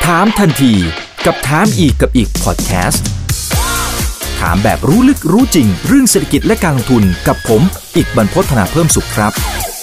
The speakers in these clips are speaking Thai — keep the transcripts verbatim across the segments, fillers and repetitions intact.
ถามทันทีกับถามอีกกับอีกพอดแคสต์ถามแบบรู้ลึกรู้จริงเรื่องเศรษฐกิจและการลงทุนกับผมอีกบรรพต ธนาเพิ่มสุขครับ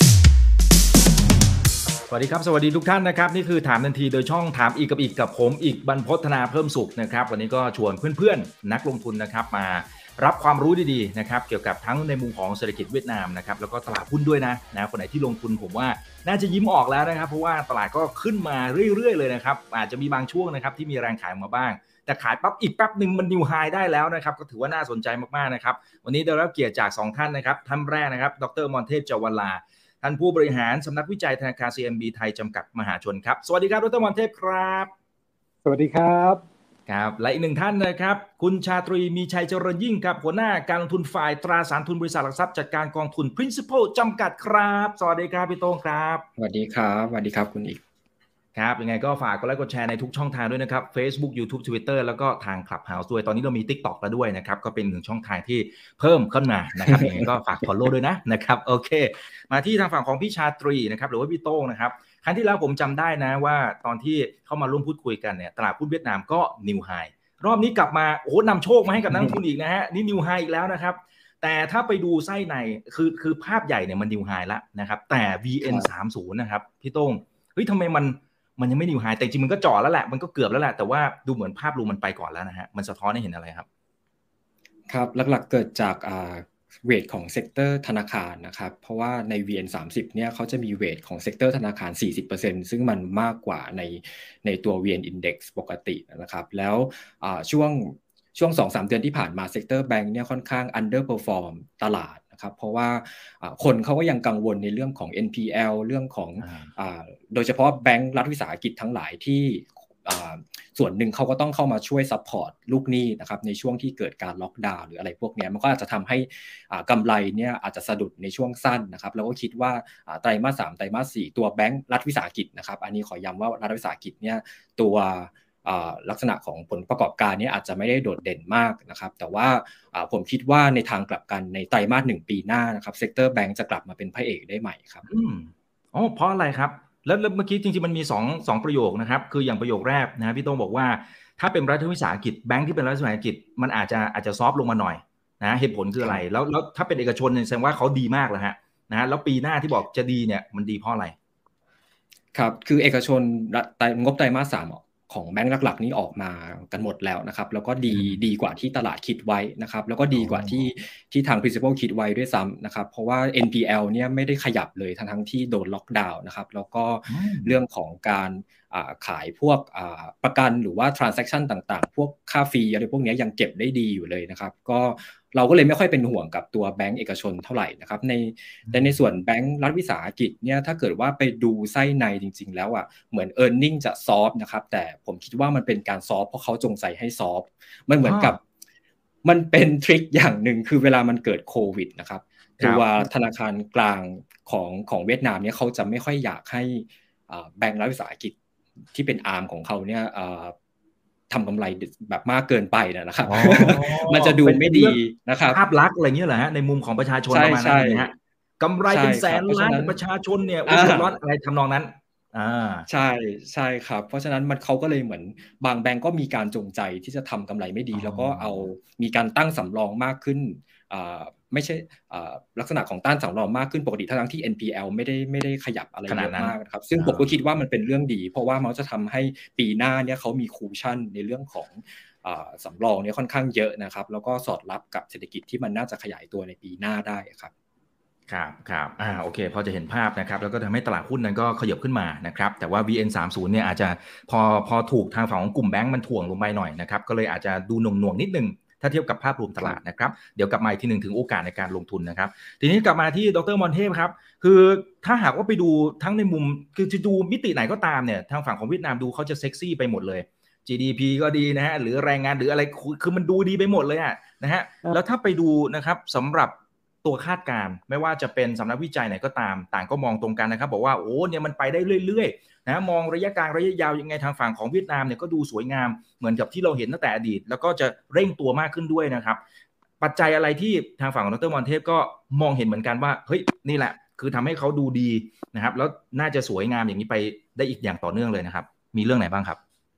สวัสดีครับสวัสดีทุกท่านนะครับนี่คือถามทันทีโดยช่องถามอีกกับอีกกับผมอีกบรรพต ธนาเพิ่มสุขนะครับวันนี้ก็ชวนเพื่อนๆนักลงทุนนะครับมารับความรู้ดีๆนะครับเกี่ยวกับทั้งในมุมของเศรษฐกิจเวียดนามนะครับแล้วก็ตลาดหุ้นด้วยนะนะคนไหนที่ลงทุนผมว่าน่าจะยิ้มออกแล้วนะครับเพราะว่าตลาดก็ขึ้นมาเรื่อยๆเลยนะครับอาจจะมีบางช่วงนะครับที่มีแรงขายออกมาบ้างแต่ขายปั๊บอีกแป๊บนึงมันนิวไฮได้แล้วนะครับก็ถือว่าน่าสนใจมากๆนะครับวันนี้ได้รับเกียรติจากสองท่านนะครับท่านแรกนะครับดร.มรเทพ เจาวัลลาท่านผู้บริหารสำนักวิจัยธนาคาร ซี เอ็ม บี ไทยจำกัดมหาชนครับสวัสดีครับดร.มรเทพครับสวัสดีครับครับและอีกหนึ่งท่านนะครับคุณชาตรีมีชัยเจริญยิ่งครับหัวหน้าการลงทุนฝ่ายตราสารทุนบริษัทหลักทรัพย์จัดการกองทุน Principal จำกัดครับสวัสดีครับพี่โต้งครับสวัสดีครับสวัสดีครับคุณอีกครับยังไงก็ฝากกดไลค์กดแชร์ในทุกช่องทางด้วยนะครับ Facebook YouTube Twitter แล้วก็ทาง Clubhouse ด้วยตอนนี้เรามี TikTok แล้วด้วยนะครับก็เป็นหนึ่งช่องทางที่เพิ่มขึ้นมานะครับ ยังไงก็ฝาก follow ด้วยนะนะครับโอเคมาที่ทางฝั่งของพี่ชาตรีนะครับหรือว่าพี่โต้งนะครับครั้งที่แล้วผมจำได้นะว่าตอนที่เข้ามาร่วมพูดคุยกันเนี่ยตลาดหุ้นเวียดนามก็นิวไฮรอบนี้กลับมาโอ้โหนำโชคมาให้กับนักลงทุนอีกนะฮะนี่นิวไฮอีกแล้วนะครับแต่ถ้าไปดูไส้ในคือคือภาพใหญ่เนี่ยมันนิวไฮแล้วนะครับแต่ วี เอ็น สามสิบ นะครับพี่โต้งเฮ้ยทำไมมันมันยังไม่นิวไฮแต่จริงมันก็จ่อแล้วแหละมันก็เกือบแล้วแหละแต่ว่าดูเหมือนภาพรวมมันไปก่อนแล้วนะฮะมันสะท้อนให้เห็นอะไรครับครับหลักๆเกิดจากอ่าเวทของเซกเตอร์ธนาคารนะครับเพราะว่าใน วี เอ็น สามสิบเนี่ยเขาจะมีเวทของเซกเตอร์ธนาคาร สี่สิบเปอร์เซ็นต์ ซึ่งมันมากกว่าในในตัว วี เอ็น Index ปกตินะครับแล้วอ่าช่วงช่วง สองถึงสาม เดือนที่ผ่านมาเซกเตอร์แบงค์เนี่ยค่อนข้าง underperform ตลาดนะครับเพราะว่าคนเขาก็ยังกังวลในเรื่องของ เอ็น พี แอล เรื่องของอ่าโดยเฉพาะแบงค์รัฐวิสาหกิจทั้งหลายที่ส่วนหนึ่งเขาก็ต้องเข้ามาช่วยซัพพอร์ตลูกหนี้นะครับในช่วงที่เกิดการล็อกดาวน์หรืออะไรพวกนี้มันก็อาจจะทำให้กำไรเนี่ยอาจจะสะดุดในช่วงสั้นนะครับแล้วก็คิดว่าไตรมาสสามไตรมาสสี่ตัวแบงก์รัฐวิสาหกิจนะครับอันนี้ขอย้ำว่ารัฐวิสาหกิจเนี่ยตัวลักษณะของผลประกอบการนี้อาจจะไม่ได้โดดเด่นมากนะครับแต่ว่าผมคิดว่าในทางกลับกันในไตรมาสหนึ่งปีหน้านะครับเซกเตอร์แบงก์จะกลับมาเป็นพระเอกได้ใหม่ครับอืมอ๋อเพราะอะไรครับแล้วเมื่อกี้จริงๆมันมีสอง สองประโยคนะครับคืออย่างประโยคแรกนะพี่โต้งบอกว่าถ้าเป็นรัฐวิสาหกิจแบงค์ที่เป็นรัฐวิสาหกิจมันอาจจะอาจจะซอฟต์ลงมาหน่อยนะเหตุผลคืออะไรแล้วแล้วถ้าเป็นเอกชนเนี่ยแสดงว่าเขาดีมากแล้วฮะนะแล้วปีหน้าที่บอกจะดีเนี่ยมันดีเพราะอะไรครับคือเอกชนงบไตรมาสสามของแบงก์หลักๆนี้ออกมากันหมดแล้วนะครับแล้วก็ดีดีกว่าที่ตลาดคิดไว้นะครับแล้วก็ดีกว่าที่ที่ทาง Principal คิดไว้ด้วยซ้ำนะครับเพราะว่า เอ็น พี แอล เนี่ยไม่ได้ขยับเลยทั้งทั้งที่โดนล็อกดาวน์นะครับแล้วก็เรื่องของการขายพวกประกันหรือว่า transaction ต่างๆพวกค่าฟรีอะไรพวกนี้ยังเก็บได้ดีอยู่เลยนะครับก็เราก็เลยไม่ค่อยเป็นห่วงกับตัวแบงก์เอกชนเท่าไหร่นะครับในแต่ในส่วนแบงก์รัฐวิสาหกิจเนี่ยถ้าเกิดว่าไปดูไส้ในจริงๆแล้วอ่ะเหมือน earning จะซอฟต์นะครับแต่ผมคิดว่ามันเป็นการซอฟต์เพราะเขาจงใจให้ซอฟต์มันเหมือนกับมันเป็นทริคอย่างหนึ่งคือเวลามันเกิดโควิดนะครับตัวธนาคารกลางของของเวียดนามเนี่ยเขาจะไม่ค่อยอยากให้แบงก์รัฐวิสาหกิจที่เป็นอาร์มของเขาเนี่ยทำกำไรแบบมากเกินไปนะครับ มันจะดูไม่ดีนะครับภาพลักษณ์อะไรเงี้ยเหรอฮะในมุมของประชาชนประมาณนั้นนะฮะกำไรเป็นแสนล้านแต่ประชาชนเนี่ยอุ้ยร้อนอะไรทำนองนั้นอ่าใช่ใช่ครับเพราะฉะนั้นมันเขาก็เลยเหมือนบางแบงก์ก็มีการจงใจที่จะทำกำไรไม่ดีแล้วก็เอามีการตั้งสำรองมากขึ้นอ่าไม่ใช่ลักษณะของต้านสำรองมากขึ้นปกติทั้งที่ เอ็น พี แอล ไม่ได้ไม่ได้ขยับอะไรเยอะมากครับซึ่งผมก็คิดว่ามันเป็นเรื่องดีเพราะว่ามันจะทำให้ปีหน้าเนี่ยเขามีคูชั่นในเรื่องของสำรองเนี่ยค่อนข้างเยอะนะครับแล้วก็สอดรับกับเศรษฐกิจที่มันน่าจะขยายตัวในปีหน้าได้ครับครับครับอ่าโอเคพอจะเห็นภาพนะครับแล้วก็ทำให้ตลาดหุ้นนั้นก็ขยับขึ้นมานะครับแต่ว่า วี เอ็น สามสิบ เนี่ยอาจจะพอพอถูกทางฝั่งของกลุ่มแบงก์มันถ่วงลงไปหน่อยนะครับก็เลยอาจจะดูหน่วงๆนิดนึงถ้าเทียบกับภาพรวมตลาดนะครับเดี๋ยวกลับมาอีกทีหนึ่งถึงโอกาสในการลงทุนนะครับทีนี้กลับมาที่ดร.มรเทพครับคือถ้าหากว่าไปดูทั้งในมุมคือจะดูมิติไหนก็ตามเนี่ยทางฝั่งของเวียดนามดูเขาจะเซ็กซี่ไปหมดเลย จี ดี พี ก็ดีนะฮะหรือแรงงานหรืออะไรคือมันดูดีไปหมดเลยอ่ะนะฮะแล้วถ้าไปดูนะครับสำหรับตัวคาดการณ์ไม่ว่าจะเป็นสำนักวิจัยไหนก็ตามต่างก็มองตรงกันนะครับบอกว่าโอ้เนี่ยมันไปได้เรื่อยๆนะมองระยะกลางระยะยาวยังไงทางฝั่งของเวียดนามเนี่ยก็ดูสวยงามเหมือนกับที่เราเห็นตั้งแต่อดีตแล้วก็จะเร่งตัวมากขึ้นด้วยนะครับปัจจัยอะไรที่ทางฝั่งของดร.มรเทพก็มองเห็นเหมือนกันว่าเฮ้ยนี่แหละคือทำให้เขาดูดีนะครับแล้วน่าจะสวยงามอย่างนี้ไปได้อีกอย่างต่อเนื่องเลยนะครับมีเรื่องไหนบ้างครับ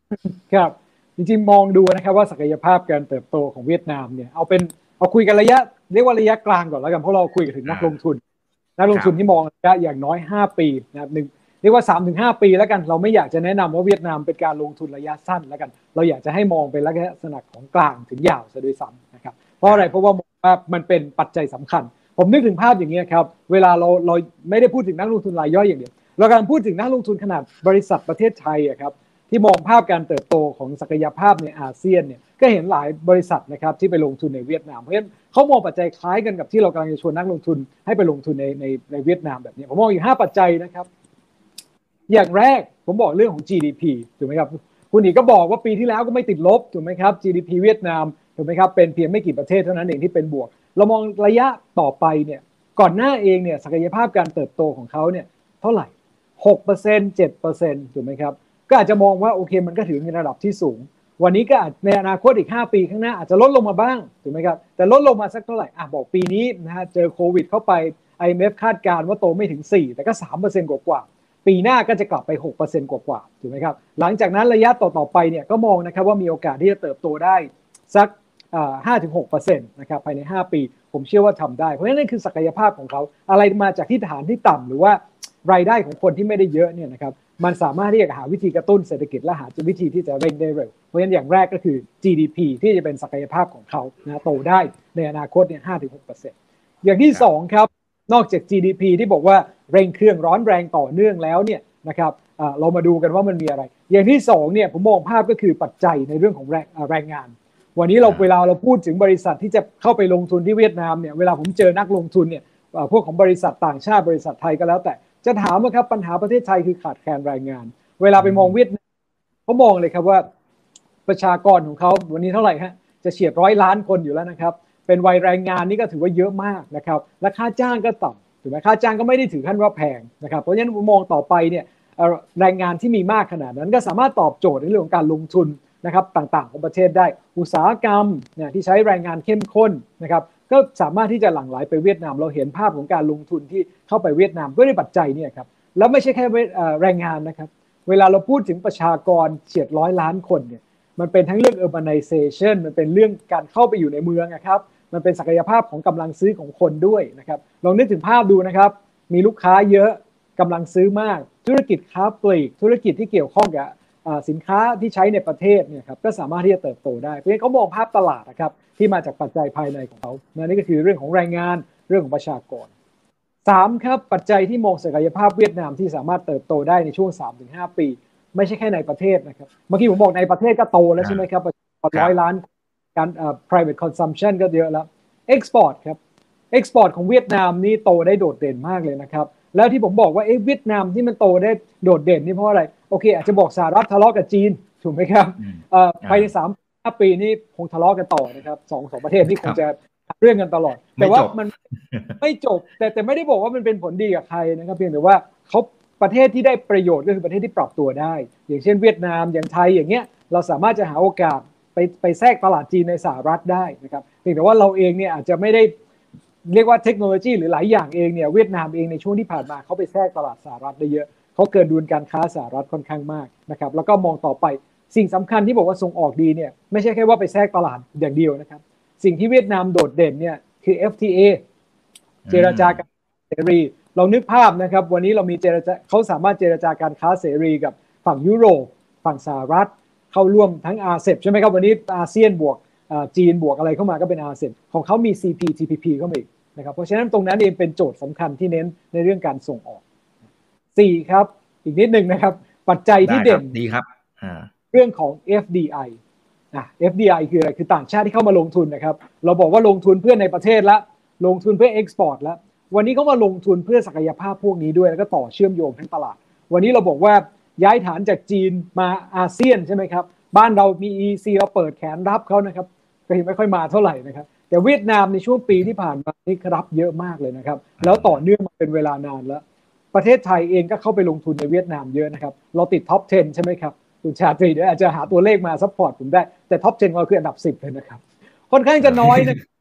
ครับจริงๆมองดูนะครับว่าศักยภาพการเติบโตของเวียดนามเนี่ยเอาเป็นเอาคุยกันระยะเรียกว่าระยะกลางก่อนแล้วกันเพราะเราคุยกันถึงนักลงทุนนักลงทุนที่มองระยะอย่างน้อยห้าปีนะครับหนึ่งเรียกว่า สามถึงห้า ปีแล้วกันเราไม่อยากจะแนะนำว่าเวียดนามเป็นการลงทุนระยะสั้นแล้วกันเราอยากจะให้มองเป็นลักษณะของกลางถึงยาวซะด้วยซ้ำนะครับเพราะอะไรเพราะว่ามองว่ามันเป็นปัจจัยสำคัญผมนึกถึงภาพอย่างนี้ครับเวลาเราเราไม่ได้พูดถึงนักลงทุนรายย่อยอย่างเดียวเรากำลังพูดถึงนักลงทุนขนาดบริษัทประเทศไทยอะครับที่มองภาพการเติบโตของศักยภาพในอาเซียนเนี่ยก็เห็นหลายบริษัทนะครับที่ไปลงทุนในเวียดนามเพราะฉะนั้นเขามองปัจจัยคล้ายกันกับที่เรากำลังจะชวนนักลงทุนให้ไปลงทุนในในในเวียดนามแบบนี้ผมมองอยู่ห้าปัจจัยนะครับอย่างแรกผมบอกเรื่องของ จี ดี พี ถูกไหมครับคุณอีกก็บอกว่าปีที่แล้วก็ไม่ติดลบถูกไหมครับ จี ดี พี เวียดนามถูกไหมครับเป็นเพียงไม่กี่ประเทศเท่านั้นเองที่เป็นบวกเรามองระยะต่อไปเนี่ยก่อนหน้าเองเนี่ยศักยภาพการเติบโตของเขาเนี่ยเท่าไหร่ หกเปอร์เซ็นต์ เจ็ดเปอร์เซ็นต์ ถูกไหมครับก็อาจจะมองว่าโอเคมันก็ถือในระดับที่สูงวันนี้ก็อาจในอนาคตอีกห้าปีข้างหน้าอาจจะลดลงมาบ้างถูกไหมครับแต่ลดลงมาสักเท่าไหร่อ่ะบอกปีนี้นะฮะเจอโควิดเข้าไป ไอ เอ็ม เอฟ คาดการณ์ว่าโตไม่ถึงสี่แต่ก็ สามเปอร์เซ็นต์ กว่าๆปีหน้าก็จะกลับไป หกเปอร์เซ็นต์ กว่าๆถูกไหมครับหลังจากนั้นระยะต่อๆไปเนี่ยก็มองนะครับว่ามีโอกาสที่จะเติบโตได้สักห้าถึงหกเปอร์เซ็นต์ นะครับภายในห้าปีผมเชื่อว่าทำได้เพราะฉะนั้นนั่นคือศักยภาพของเขาอะไรมาจากที่ฐานที่ต่ำหรือว่ารายได้ของคนที่ไม่ได้เยอะเนี่ยนะครับมันสามารถที่จะหาวิธีกระตุ้นเศรษฐกิจและหาวิธีที่จะเร่งได้เร็วเพราะฉะนั้นอย่างแรกก็คือ จี ดี พี ที่จะเป็นศักยภาพของเขานะโตได้ในอนาคตเนี่ย ห้าถึงหกเปอร์เซ็นต์ อย่างที่สองครับนอกจาก จี ดี พี ที่บอกว่าเร่งเครื่องร้อนแรงต่อเนื่องแล้วเนี่ยนะครับเรามาดูกันว่ามันมีอะไรอย่างที่สองเนี่ยผมมองภาพก็คือปัจจัยในเรื่องของแรงแรงงานวันนี้เราเวลาเราพูดถึงบริษัทที่จะเข้าไปลงทุนที่เวียดนามเนี่ยเวลาผมเจอนักลงทุนเนี่ยพวกของบริษัทต่างชาติบริษัทไทยก็แล้วแต่จะถามว่าครับปัญหาประเทศไทยคือขาดแคลนแรงงานเวลาไปมองเวียดนามเขามองเลยครับว่าประชากรของเขาวันนี้เท่าไหร่ฮะจะเฉียดร้อยล้านคนอยู่แล้วนะครับเป็นวัยแรงงานนี่ก็ถือว่าเยอะมากนะครับและค่าจ้างก็ต่ำถูกไหมค่าจ้างก็ไม่ได้ถือขั้นว่าแพงนะครับเพราะฉะนั้นมองต่อไปเนี่ยแรงงานที่มีมากขนาดนั้นก็สามารถตอบโจทย์ในเรื่องของการลงทุนนะครับต่างๆของประเทศได้อุตสาหกรรมเนี่ยที่ใช้แรงงานเข้มข้นนะครับก็สามารถที่จะหลั่งไหลไปเวียดนามเราเห็นภาพของการลงทุนที่เข้าไปเวียดนามก็ด้วยปัจจัยนี่ครับแล้วไม่ใช่แค่แรงงานนะครับเวลาเราพูดถึงประชากรเฉียดร้อยล้านคนเนี่ยมันเป็นทั้งเรื่อง urbanization มันเป็นเรื่องการเข้าไปอยู่ในเมืองนะครับมันเป็นศักยภาพของกำลังซื้อของคนด้วยนะครับลองนึกถึงภาพดูนะครับมีลูกค้าเยอะกำลังซื้อมากธุรกิจค้าปลีกธุรกิจที่เกี่ยวข้องกับสินค้าที่ใช้ในประเทศเนี่ยครับก็สามารถที่จะเติบโตได้เพราะฉะนั้นเขามองภาพตลาดนะครับที่มาจากปัจจัยภายในของเขานี่ก็คือเรื่องของแรงงานเรื่องของประชากรสามครับปัจจัยที่มองศักยภาพเวียดนามที่สามารถเติบโตได้ในช่วง สามถึงห้า ปีไม่ใช่แค่ในประเทศนะครับเมื่อกี้ผมบอกในประเทศก็โตแล้วใช่ไหมครับร้อยล้านการเอ่อ private consumption ก็เยอะแล้ว export ครับ export ของเวียดนามนี่โตได้โดดเด่นมากเลยนะครับแล้วที่ผมบอกว่าเอ๊ะเวียดนามที่มันโตได้โดดเด่นนี่เพราะอะไรโอเคอาจจะบอกสหรัฐทะเลาะกับจีนถูกไหมครับเอ่อภายในสามถึงห้า ปีนี้คงทะเลาะกันต่อนะครับสองสองประเทศนี่คงจะเรื่องกันตลอดแต่ว่ามันไม่จบแต่แต่ไม่ได้บอกว่ามันเป็นผลดีกับใครนะครับเพียงแต่ว่าเขาประเทศที่ได้ประโยชน์ก็คือประเทศที่ปรับตัวได้อย่างเช่นเวียดนามอย่างไทยอย่างเงี้ยเราสามารถจะหาโอกาสไปไปแทรกตลาดจีนในสหรัฐได้นะครับเพียงแต่ว่าเราเองเนี่ยอาจจะไม่ได้เรียกว่าเทคโนโลยีหรือหลายอย่างเองเนี่ยเวียดนามเองในช่วงที่ผ่านมาเขาไปแทรกตลาดสหรัฐได้เยอะเขาเกินดุลการค้าสหรัฐค่อนข้างมากนะครับแล้วก็มองต่อไปสิ่งสำคัญที่บอกว่าส่งออกดีเนี่ยไม่ใช่แค่ว่าไปแทรกตลาดอย่างเดียวนะครับสิ่งที่เวียดนามโดดเด่นเนี่ยคือ เอฟ ที เอ เจรจาการเสรีเรานึกภาพนะครับวันนี้เรามีเจรจาเขาสามารถเจรจาการค้าเสรีกับฝั่งยุโรปฝั่งสหรัฐเข้าร่วมทั้ง อาร์ ซี อี พี ใช่ไหมครับวันนี้อาเซียนบวกจีนบวกอะไรเข้ามาก็เป็น อาร์ ซี อี พี ของเขามี ซี พี ที พี พี เข้ามาอีกนะครับเพราะฉะนั้นตรงนั้นเองเป็นโจทย์สำคัญที่เน้นในเรื่องการส่งออกสี่ครับอีกนิดนึงนะครับปัจจัยที่เด่นดีครับเรื่องของ เอฟ ดี ไอ อ่ะ เอฟ ดี ไอ คืออะไรคือต่างชาติที่เข้ามาลงทุนนะครับเราบอกว่าลงทุนเพื่อในประเทศละลงทุนเพื่อเอ็กซ์พอร์ตแล้ววันนี้เขามาลงทุนเพื่อศักยภาพพวกนี้ด้วยแล้วก็ต่อเชื่อมโยงทั้งตลาดวันนี้เราบอกว่าย้ายฐานจากจีนมาอาเซียนใช่ไหมครับบ้านเรามี อี ซี เราเปิดแขนรับเขานะครับก็ยังไม่ค่อยมาเท่าไหร่นะครับแต่เวียดนามในช่วงปีที่ผ่านมานี่รับเยอะมากเลยนะครับแล้วต่อเนื่องมาเป็นเวลานานแล้วประเทศไทยเองก็เข้าไปลงทุนในเวียดนามเยอะนะครับเราติดท็อปสิบใช่ไหมครับคุณชาตรีเดี๋ยวอาจจะหาตัวเลขมาซัพพอร์ตผมได้แต่ท็อปสิบเราคืออันดับสิบเลยนะครับค่อนข้างจะน้อยนะ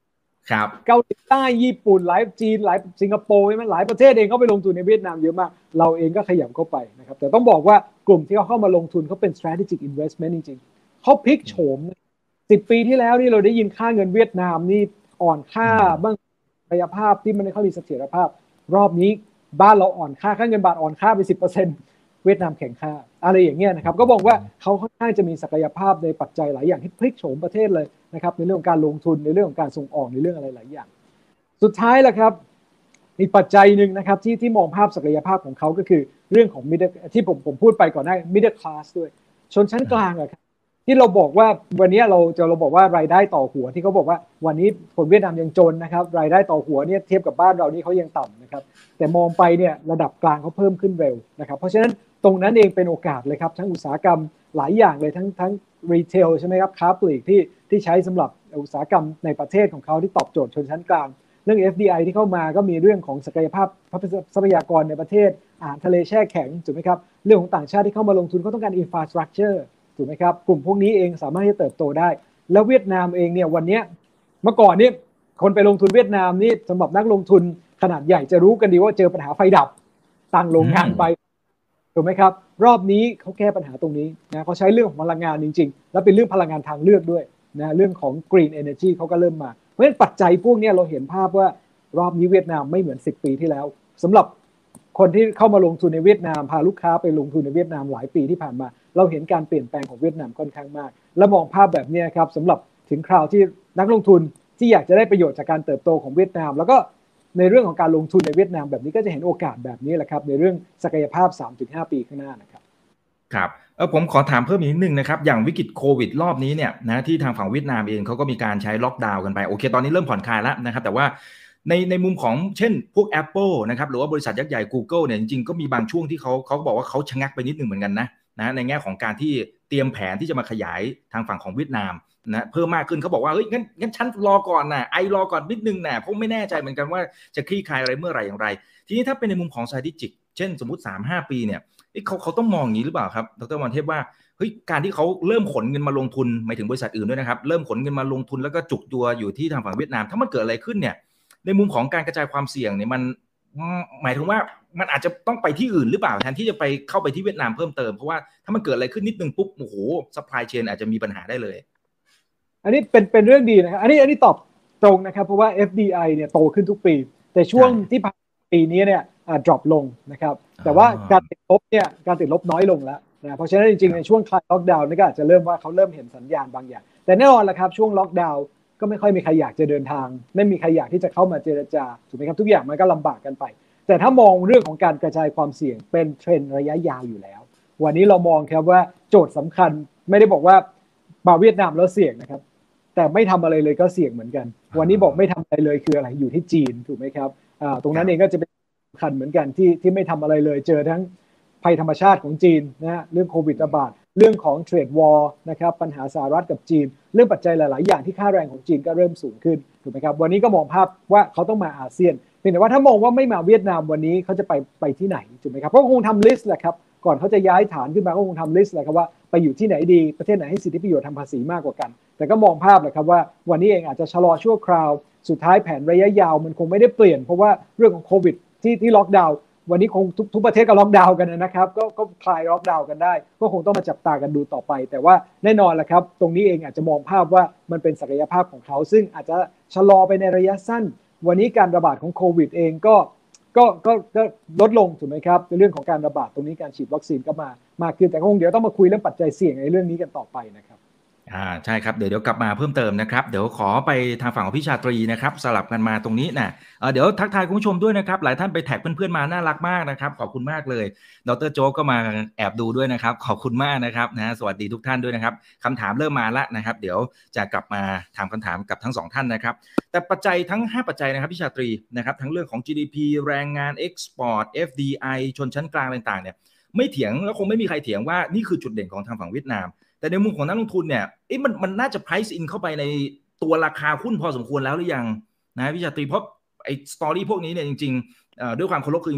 ครับเกาหลีใต้ญี่ปุ่นหลายจีนหลายสิงคโปร์ใช่ไหมหลายประเทศเองเขาไปลงทุนในเวียดนามเยอะมากเราเองก็ขยับเข้าไปนะครับแต่ต้องบอกว่ากลุ่มที่เขาเข้ามาลงทุนเขาเป็น strategic investment จริงๆเขาพลิกโฉมสิบปีที่แล้วนี่เราได้ยินค่าเงินเวียดนามนี่อ่อนค่าบ้างศักยภาพที่มันไม่ค่อยมีเสถียรภาพรอบนี้บ้านเราอ่อนค่าค่าเงินบาทอ่อนค่าไป สิบเปอร์เซ็นต์ เวียดนามแข็งค่าอะไรอย่างเงี้ยนะครับก็บอกว่าเขาค่อนข้างจะมีศักยภาพในปัจจัยหลายอย่างที่พลิกโฉมประเทศเลยนะครับในเรื่องของการลงทุนในเรื่องของการส่งออกในเรื่องอะไรหลายอย่างสุดท้ายแหละครับอีกปัจจัยหนึ่งนะครับที่ที่มองภาพศักยภาพของเขาก็คือเรื่องของ middle ที่ผมผมพูดไปก่อนหน้า middle class ด้วยชนชั้นกลางอะครับที่เราบอกว่าวันนี้เราจะเราบอกว่ารายได้ต่อหัวที่เขาบอกว่าวันนี้คนเวียดนามยังจนนะครับรายได้ต่อหัวเนี่ยเทียบกับบ้านเรานี่เขายังต่ำนะครับแต่มองไปเนี่ยระดับกลางเขาเพิ่มขึ้นเร็วนะครับเพราะฉะนั้นตรงนั้นเองเป็นโอกาสเลยครับทั้งอุตสาหกรรมหลายอย่างเลยทั้งทั้งรีเทลใช่ไหมครับค้าปลีกที่ที่ใช้สำหรับอุตสาหกรรมในประเทศของเขาที่ตอบโจทย์ชนชั้นกลางเรื่อง เอฟ ดี ไอ ที่เข้ามาก็มีเรื่องของศักยภาพทรัพยากรในประเทศอาหารทะเลแช่แข็งถูกไหมครับเรื่องของต่างชาติที่เข้ามาลงทุนเขาต้องการ infrastructure ถูกไหมครับกลุ่มพวกนี้เองสามารถที่จะเติบโตได้แล้วเวียดนามเองเนี่ยวันนี้เมื่อก่อนนี่คนไปลงทุนเวียดนามนี่สำหรับนักลงทุนขนาดใหญ่จะรู้กันดีว่าเจอปัญหาไฟดับตั้งโรงงานไปถูกไหมครับรอบนี้เขาแก้ปัญหาตรงนี้นะเขาใช้เรื่องของพลังงานจริงๆแล้วเป็นเรื่องพลังงานทางเลือกด้วยนะเรื่องของ green energy เขาก็เริ่มมาเพราะฉะนั้นปัจจัยพวกนี้เราเห็นภาพว่ารอบนี้เวียดนามไม่เหมือนสิบปีที่แล้วสำหรับคนที่เข้ามาลงทุนในเวียดนามพาลูกค้าไปลงทุนในเวียดนามหลายปีที่ผ่านมาเราเห็นการเปลี่ยนแปลงของเวียดนามค่อนข้างมากและมองภาพแบบนี้ครับสำหรับถึงคราวที่นักลงทุนที่อยากจะได้ประโยชน์จากการเติบโตของเวียดนามแล้วก็ในเรื่องของการลงทุนในเวียดนามแบบนี้ก็จะเห็นโอกาสแบบนี้แหละครับในเรื่องศักยภาพ สามถึงห้า ปีข้างหน้านะครับครับเออผมขอถามเพิ่มอีกนิดนึงนะครับอย่างวิกฤตโควิดรอบนี้เนี่ยนะที่ทางฝั่งเวียดนามเองเขาก็มีการใช้ล็อกดาวน์กันไปโอเคตอนนี้เริ่มผ่อนคลายแล้วนะครับแต่ว่าในในมุมของเช่นพวก Apple นะครับหรือว่าบริษัทยักษ์ใหญ่ Google เนี่ยจริงๆก็มีบางช่วงที่เขาเขาบอกว่าเขาชะงักไปนิดนึงเหมือนกันนะนะในแง่ของการที่เตรียมแผนที่จะมาขยายทางฝั่งของเวียดนามนะเพิ่มมากขึ้นเขาบอกว่าเฮ้ยงั้นงั้นฉันรอก่อนนะไอรอก่อนนิดนึงนะเพราะไม่แน่ใจเหมือนกันว่าจะคลี่คลายอะไรเมื่อไหร่อย่างไรทีนี้ถ้าเป็นในมุมของ strategic เช่นสมมุติ สามถึงห้า ปีเนี่ยเขาเขาต้องมองอย่างนี้หรือเปล่าครับดร.วรเทพว่าเฮ้ยการที่เขาเริ่มขนเงินมาลงทุนหมายถึงบริษัทอื่นด้วยนะครับเริ่มขนเงินมาลงทุนแล้วก็จุกตัวอยู่ที่ทางฝั่งเวียดนามถ้ามันเกิดอะไรขึ้นเนี่ยในมุมของการกระจายความเสี่ยงเนี่ยมันหมายถึงว่ามันอาจจะต้องไปที่อื่นหรือเปล่าแทนที่จะไปเข้าไปที่เวียดนามเพิ่มเติมเพราะว่าถ้ามันเกิดอะไรขึ้นนิดนึงปุ๊บโอ้โหซัพพลายเชนอาจจะมีปัญหาได้เลยอันนี้เป็นเป็นเรื่องดีนะครับอันนี้อันนี้ตอบตรงนะครับเพราะว่า เอฟ ดี ไอ เนี่ยโตขึ้นทุกปีแต่ช่วงที่ผ่านปีนี้เนี่ยอ่า drop ลงนะครับแต่ว่าการติดลบเนี่ยการติดลบน้อยลงแล้วนะเพราะฉะนั้นจริงๆในช่วงคลายล็อกดาวน์นี่ก็อาจจะเริ่มว่าเขาเริ่มเห็นสัญญาณบางอย่างแต่แน่นอนแหละครับช่วงล็อกดาวน์ก็ไม่ค่อยมีใครอยากจะเดินทางไม่มีใครอยากที่จะเข้ามาเจรจาถูกไหมครับทุกอย่างมันก็ลำบากกันไปแต่ถ้ามองเรื่องของการกระจายความเสี่ยงเป็นเทรนด์ระยะยาวอยู่แล้ววันนี้เรามองครับว่าโจทย์สำคัญไม่ได้บอกว่ามาเวียดนามแล้วเสี่ยงนะครับแต่ไม่ทำอะไรเลยก็เสี่ยงเหมือนกันวันนี้บอกไม่ทำอะไรเลยคืออะไรอยู่ที่จีนถูกไหมครับอ่าตรงนั้นเองก็จะเป็นสำคัญเหมือนกันที่ที่ไม่ทำอะไรเลยเจอทั้งภัยธรรมชาติของจีนนะฮะเรื่องโควิดระบาดเรื่องของเทรดวอร์นะครับปัญหาสหรัฐกับจีนเรื่องปัจจัยหลายๆอย่างที่ค่าแรงของจีนก็เริ่มสูงขึ้นถูกไหมครับวันนี้ก็มองภาพว่าเขาต้องมาอาเซียนเพียงแต่ว่าถ้ามองว่าไม่มาเวียดนามวันนี้เขาจะไปไปที่ไหนถูกไหมครับเพราะคงทำลิสต์แหละครับก่อนเขาจะย้ายฐานขึ้นมาก็คงทำลิสต์แหละครับว่าไปอยู่ที่ไหนดีประเทศไหนให้สิทธิประโยชน์ทางภาษีมากกว่ากันแต่ก็มองภาพแหละครับว่าวันนี้เองอาจจะชะลอชั่วคราวสุดท้ายแผนระยะยาวมันคงไม่ได้เปลี่ยนเพราะว่าเรื่องของโควิดที่ที่ล็อกดาวน์วันนี้คงทุกทุกประเทศก็ล็อกดาวน์กันนะครับก็ก็คลายล็อกดาวน์กันได้ก็คงต้องมาจับตากันดูต่อไปแต่ว่าแน่นอนแหละครับตรงนี้เองอาจจะมองภาพว่ามันเป็นศักยภาพของเขาซึ่งอาจจะชะลอไปในระยะสั้นวันนี้การระบาดของโควิดเองก็ก็ก็ก็ลดลงถูกไหมครับในเรื่องของการระบาดตรงนี้การฉีดวัคซีนก็มามากขึ้นแต่คงเดี๋ยวต้องมาคุยเรื่องปัจจัยเสี่ยงในเรื่องนี้กันต่อไปนะครับอ่าใช่ครับเดี๋ยวเดี๋ยวกลับมาเพิ่มเติมนะครับเดี๋ยวขอไปทางฝั่งของพี่ชาตรีนะครับสลับกันมาตรงนี้นะเอ่อเดี๋ยวทักทายคุณผู้ชมด้วยนะครับหลายท่านไปแท็กเพื่อนๆมาน่ารักมากนะครับขอบคุณมากเลยดร.โจ๊กก็มาแอบดูด้วยนะครับขอบคุณมากนะครับนะสวัสดีทุกท่านด้วยนะครับคำถามเริ่มมาแล้วนะครับเดี๋ยวจะกลับมาถามคำถามกับทั้งสองท่านนะครับแต่ปัจจัยทั้งห้าปัจจัยนะครับพี่ชาตรีนะครับทั้งเรื่องของ จี ดี พี แรงงาน Export เอฟ ดี ไอ ชนชั้นกลางต่างๆเนี่ยไม่เถียงแล้วคงไม่มีใครเถียงว่านี่คือจุดเด่นของทางฝั่งเวียดนามแต่ในมุมของนักลงทุนเนี่ยเอ๊ะมันมันน่าจะ price in เข้าไปในตัวราคาหุ้นพอสมควรแล้วหรือยังนะพี่ชาตรีเพราะไอ้สตอรี่พวกนี้เนี่ยจริงๆด้วยความเคารพคือจริง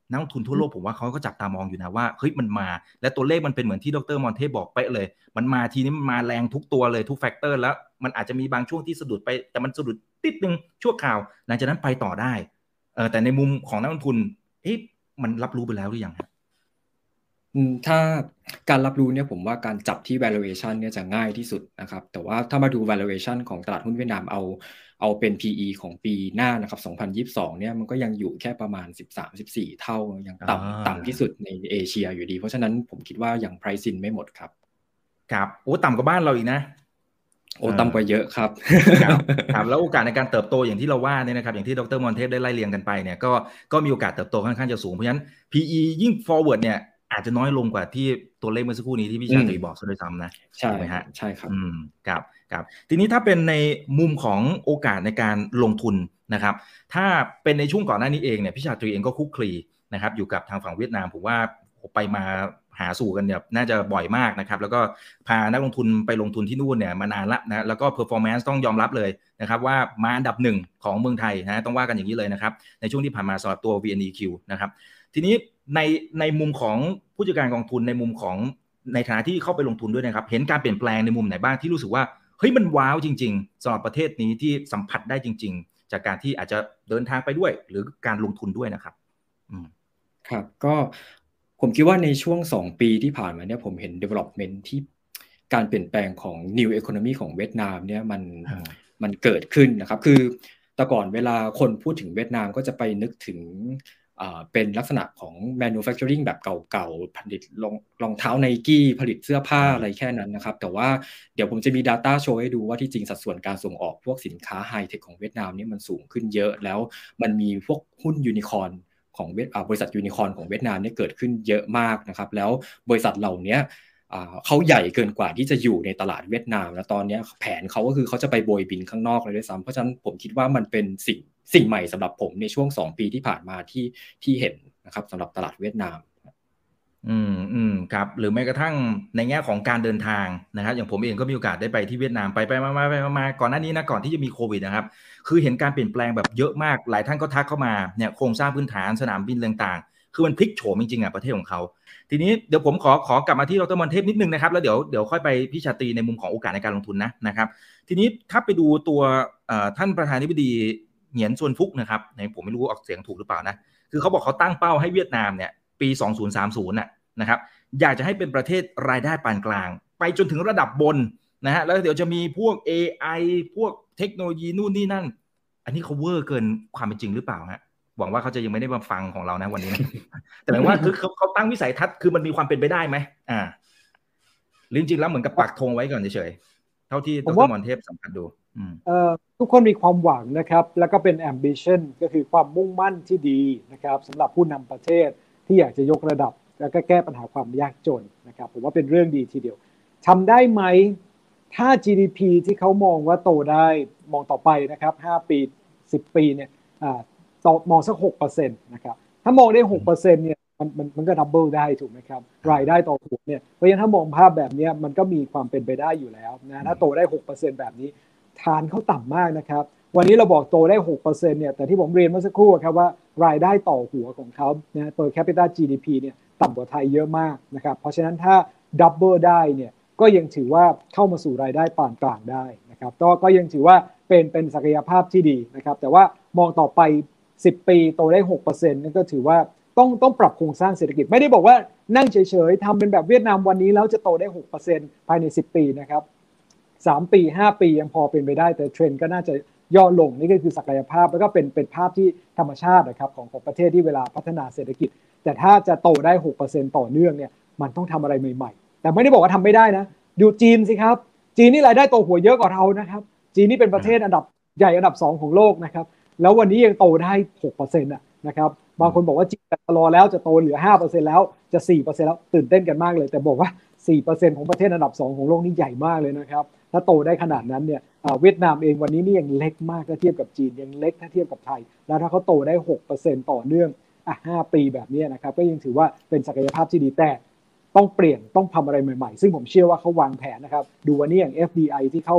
นักลงทุนทั่วโลกผมว่าเขาก็จับตามองอยู่นะว่าเฮ้ยมันมาและตัวเลขมันเป็นเหมือนที่ดรมอนเทบอกเป๊ะเลยมันมาทีนี้มันมาแรงทุกตัวเลยทุกแฟกเตอร์แล้วมันอาจจะมีบางช่วงที่สะดุดไปแต่มันสะดุดติดนึงชั่วคราวหลังจากนั้นไปต่อได้เออแต่ในมุมของนักลงทุนเอ๊ะมันรับรู้ไปแล้วหรือยังครับถ้าการรับรู้เนี่ยผมว่าการจับที่ valuation เนี่ยจะง่ายที่สุดนะครับแต่ว่าถ้ามาดู valuation ของตลาดหุ้นเวียดนามเอาเอาเป็น พี อี ของปีหน้านะครับสองพันยี่สิบสองเนี่ยมันก็ยังอยู่แค่ประมาณ สิบสาม สิบสี่ เท่ายังต่ำต่ำที่สุดในเอเชียอยู่ดีเพราะฉะนั้นผมคิดว่ายัง price in ไม่หมดครับครับโอ้ต่ำกว่าบ้านเราอีกนะโอ้ต่ำกว่าเยอะครับครับแล้วโอกาสในการเติบโตอย่างที่เราว่าเนี่ยนะครับอย่างที่ดรมอนเทพได้ไล่เรียงกันไปเนี่ยก็ก็มีโอกาสเติบโตค่อนข้างจะสูงเพราะฉะนั้น พี อี ยิ่ง forward เนี่ยอาจจะน้อยลงกว่าที่ตัวเลขเมื่อสักครู่นี้ที่พี่ชาตรีบอกซะด้วยซ้ำนะใช่ไหมฮะใช่ครับอืมครับครับทีนี้ถ้าเป็นในมุมของโอกาสในการลงทุนนะครับถ้าเป็นในช่วงก่อนหน้านี้เองเนี่ยพี่ชาตรีเองก็คุกคลีนะครับอยู่กับทางฝั่งเวียดนามผมว่าไปมาหาสู่กันเนี่ยน่าจะบ่อยมากนะครับแล้วก็พานักลงทุนไปลงทุนที่นู่นเนี่ยมานานละนะแล้วก็ performance ต้องยอมรับเลยนะครับว่ามาอันดับหนึ่งของเมืองไทยนะต้องว่ากันอย่างนี้เลยนะครับในช่วงที่ผ่านมาสำหรับตัว วี เอ็น อี คิว นะครับทีนี้ในในมุมของผู้จัดการกองทุนในมุมของในฐานะที่เข้าไปลงทุนด้วยนะครับเห็นการเปลี่ยนแปลงในมุมไหนบ้างที่รู้สึกว่าเฮ้ยมันว้าวจริงๆสำหรับประเทศนี้ที่สัมผัสได้จริงๆจากการที่อาจจะเดินทางไปด้วยหรือการลงทุนด้วยนะครับอืมครับก็ผมคิดว่าในช่วงสองปีที่ผ่านมาเนี่ยผมเห็น development ที่การเปลี่ยนแปลงของ new economy ของเวียดนามเนี่ยมันมันเกิดขึ้นนะครับคือแต่ก่อนเวลาคนพูดถึงเวียดนามก็จะไปนึกถึงเป็นลักษณะของ manufacturing แบบเก่าๆผลิตรองรองเท้า Nike ผลิตเสื้อผ้าอะไรแค่นั้นนะครับแต่ว่าเดี๋ยวผมจะมี data โชว์ให้ดูว่าที่จริงสัดส่วนการส่งออกพวกสินค้าไฮเทคของเวียดนามนี่มันสูงขึ้นเยอะแล้วมันมีพวกหุ้นยูนิคอร์นของเวียดบริษัทยูนิคอร์นของเวียดนามเนี่ยเกิดขึ้นเยอะมากนะครับแล้วบริษัทเหล่านี้เขาใหญ่เกินกว่าที่จะอยู่ในตลาดเวียดนามแล้วตอนนี้แผนเขาก็คือเขาจะไปโบยบินข้างนอกเลยด้วยซ้ำเพราะฉะนั้นผมคิดว่ามันเป็นสิ่งสิ่งใหม่สำหรับผมในช่วงสองปีที่ผ่านมาที่ที่เห็นนะครับสำหรับตลาดเวียดนามอืมอืมครับหรือแม้กระทั่งในแง่ของการเดินทางนะครับอย่างผมเองก็มีโอกาสได้ไปที่เวียดนามไปไปมามาไปมาก่อนหน้านี้นะก่อนที่จะมีโควิดนะครับคือเห็นการเปลี่ยนแปลงแบบเยอะมากหลายท่านก็ทักเข้ามาเนี่ยโครงสร้างพื้นฐานสนามบินต่างๆคือมันพลิกโฉมจริงๆอ่ะประเทศของเขาทีนี้เดี๋ยวผมขอขอกลับมาที่ดรมอนเทพนิดนึงนะครับแล้วเดี๋ยวเดี๋ยวค่อยไปพี่ชาตรีในมุมของโอกาสในการลงทุนนะนะครับทีนี้ถ้าไปดูตัวท่านประธานาธิบดีเหงียนซวนฟุกนะครับในผมไม่รู้ออกเสียงถูกหรือเปล่านะคือเขาบอกเขาตั้งเป้าให้เวียดนามเนี่ยปีสองพันสามสิบน่ะนะครับอยากจะให้เป็นประเทศรายได้ปานกลางไปจนถึงระดับบนนะฮะแล้วเดี๋ยวจะมีพวก เอ ไอ พวกเทคโนโลยีนู่นนี่นั่นอันนี้เขาเวอร์เกินความเป็นจริงหรือเปล่าฮะหวังว่าเขาจะยังไม่ได้มาฟังของเรานะวันนี้นะ แต่หมายว่าคือเขาเขาตั้งวิสัยทัศน์คือมันมีความเป็นไปได้ไหมอ่าจริงๆแล้วเหมือนกับปักธงไว้ก่อนเฉยๆเท่าที่ดรมอนเทพสัมผัสดูเอ่อทุกคนมีความหวังนะครับแล้วก็เป็น ambition ก็คือความมุ่งมั่นที่ดีนะครับสำหรับผู้นำประเทศที่อยากจะยกระดับแล้วก็แก้ปัญหาความยากจนนะครับผมว่าเป็นเรื่องดีทีเดียวทำได้ไหมถ้า จี ดี พี ที่เขามองว่าโตได้มองต่อไปนะครับห้าปีสิบปีเนี่ยอ่าโตมองสัก หกเปอร์เซ็นต์ นะครับถ้ามองได้ หกเปอร์เซ็นต์ เนี่ยมันมันมันก็ดับเบิลได้ถูกไหมครับรายได้ต่อหัวเนี่ยเพราะฉะนั้นถ้ามองภาพแบบนี้มันก็มีความเป็นไปได้อยู่แล้วนะถ้าโตได้ หกเปอร์เซ็นต์ แบบนี้ฐานเขาต่ำมากนะครับวันนี้เราบอกโตได้ หกเปอร์เซ็นต์ เนี่ยแต่ที่ผมเรียนเมื่อสักครู่ครับว่ารายได้ต่อหัวของเขานะตัว Capital จี ดี พี เนี่ยต่ำกว่าไทยเยอะมากนะครับเพราะฉะนั้นถ้าดับเบิลได้เนี่ยก็ยังถือว่าเข้ามาสู่รายได้ปานกลางได้นะครับก็ก็ยังถือว่าเป็นเป็นศักยภาพที่ดีนะครับแต่ว่ามองต่อไปสิบปีโตได้ หกเปอร์เซ็นต์ นั่นก็ถือว่าต้องต้องปรับโครงสร้างเศรษฐกิจไม่ได้บอกว่านั่งเฉยๆทำเป็นแบบเวียดนามวันนี้แล้วจะโตได้ หกเปอร์เซ็นต์ ภายในสิบปีนะครับสามปีห้าปียังพอเป็นไปได้แต่เทรนด์ก็น่าจะย่อลงนี่ก็คือศักยภาพแล้วก็เป็นเป็นภาพที่ธรรมชาตินะครับของของประเทศที่เวลาพัฒนาเศรษฐกิจแต่ถ้าจะโตได้ หกเปอร์เซ็นต์ ต่อเนื่องเนี่ยมันต้องทำอะไรใหม่ๆแต่ไม่ได้บอกว่าทำไม่ได้นะดูจีนสิครับจีนนี่รายได้โตหัวเยอะกว่าเรานะครับจีนนี่เป็นประเทศอันดับใหญ่อันดับสองของโลกนะครับแล้ววันนี้ยังโตได้ หกเปอร์เซ็นต์ อ่ะนะครับบางคนบอกว่าจีนจะรอแล้วจะโตเหลือ ห้าเปอร์เซ็นต์ แล้วจะ สี่เปอร์เซ็นต์ แล้วตื่นเต้นกันมากเลยแต่บอกว่า สี่เปอร์เซ็นต์ ของประเทศอันดับสองของโลกนี่ใหญ่มากเลยนะครับถ้าโตได้ขนาดนั้นเนี่ยเวียดนามเองวันนี้นี่ยังเล็กมากถ้าเทียบกับจีนยังเล็กถ้าเทียบกับไทยแล้วถ้าเขาโตได้ หกเปอร์เซ็นต์ ต่อเนื่องอ่ะห้าปีแบบนี้นะครับก็ยังถือว่าเป็นศักยภาพที่ดีแต่ต้องเปลี่ยนต้องทำอะไรใหม่ๆซึ่งผมเชื่อว่าเขาวางแผนนะครับดูวันนี้อย่าง เอฟ ดี ไอ ที่เข้ามา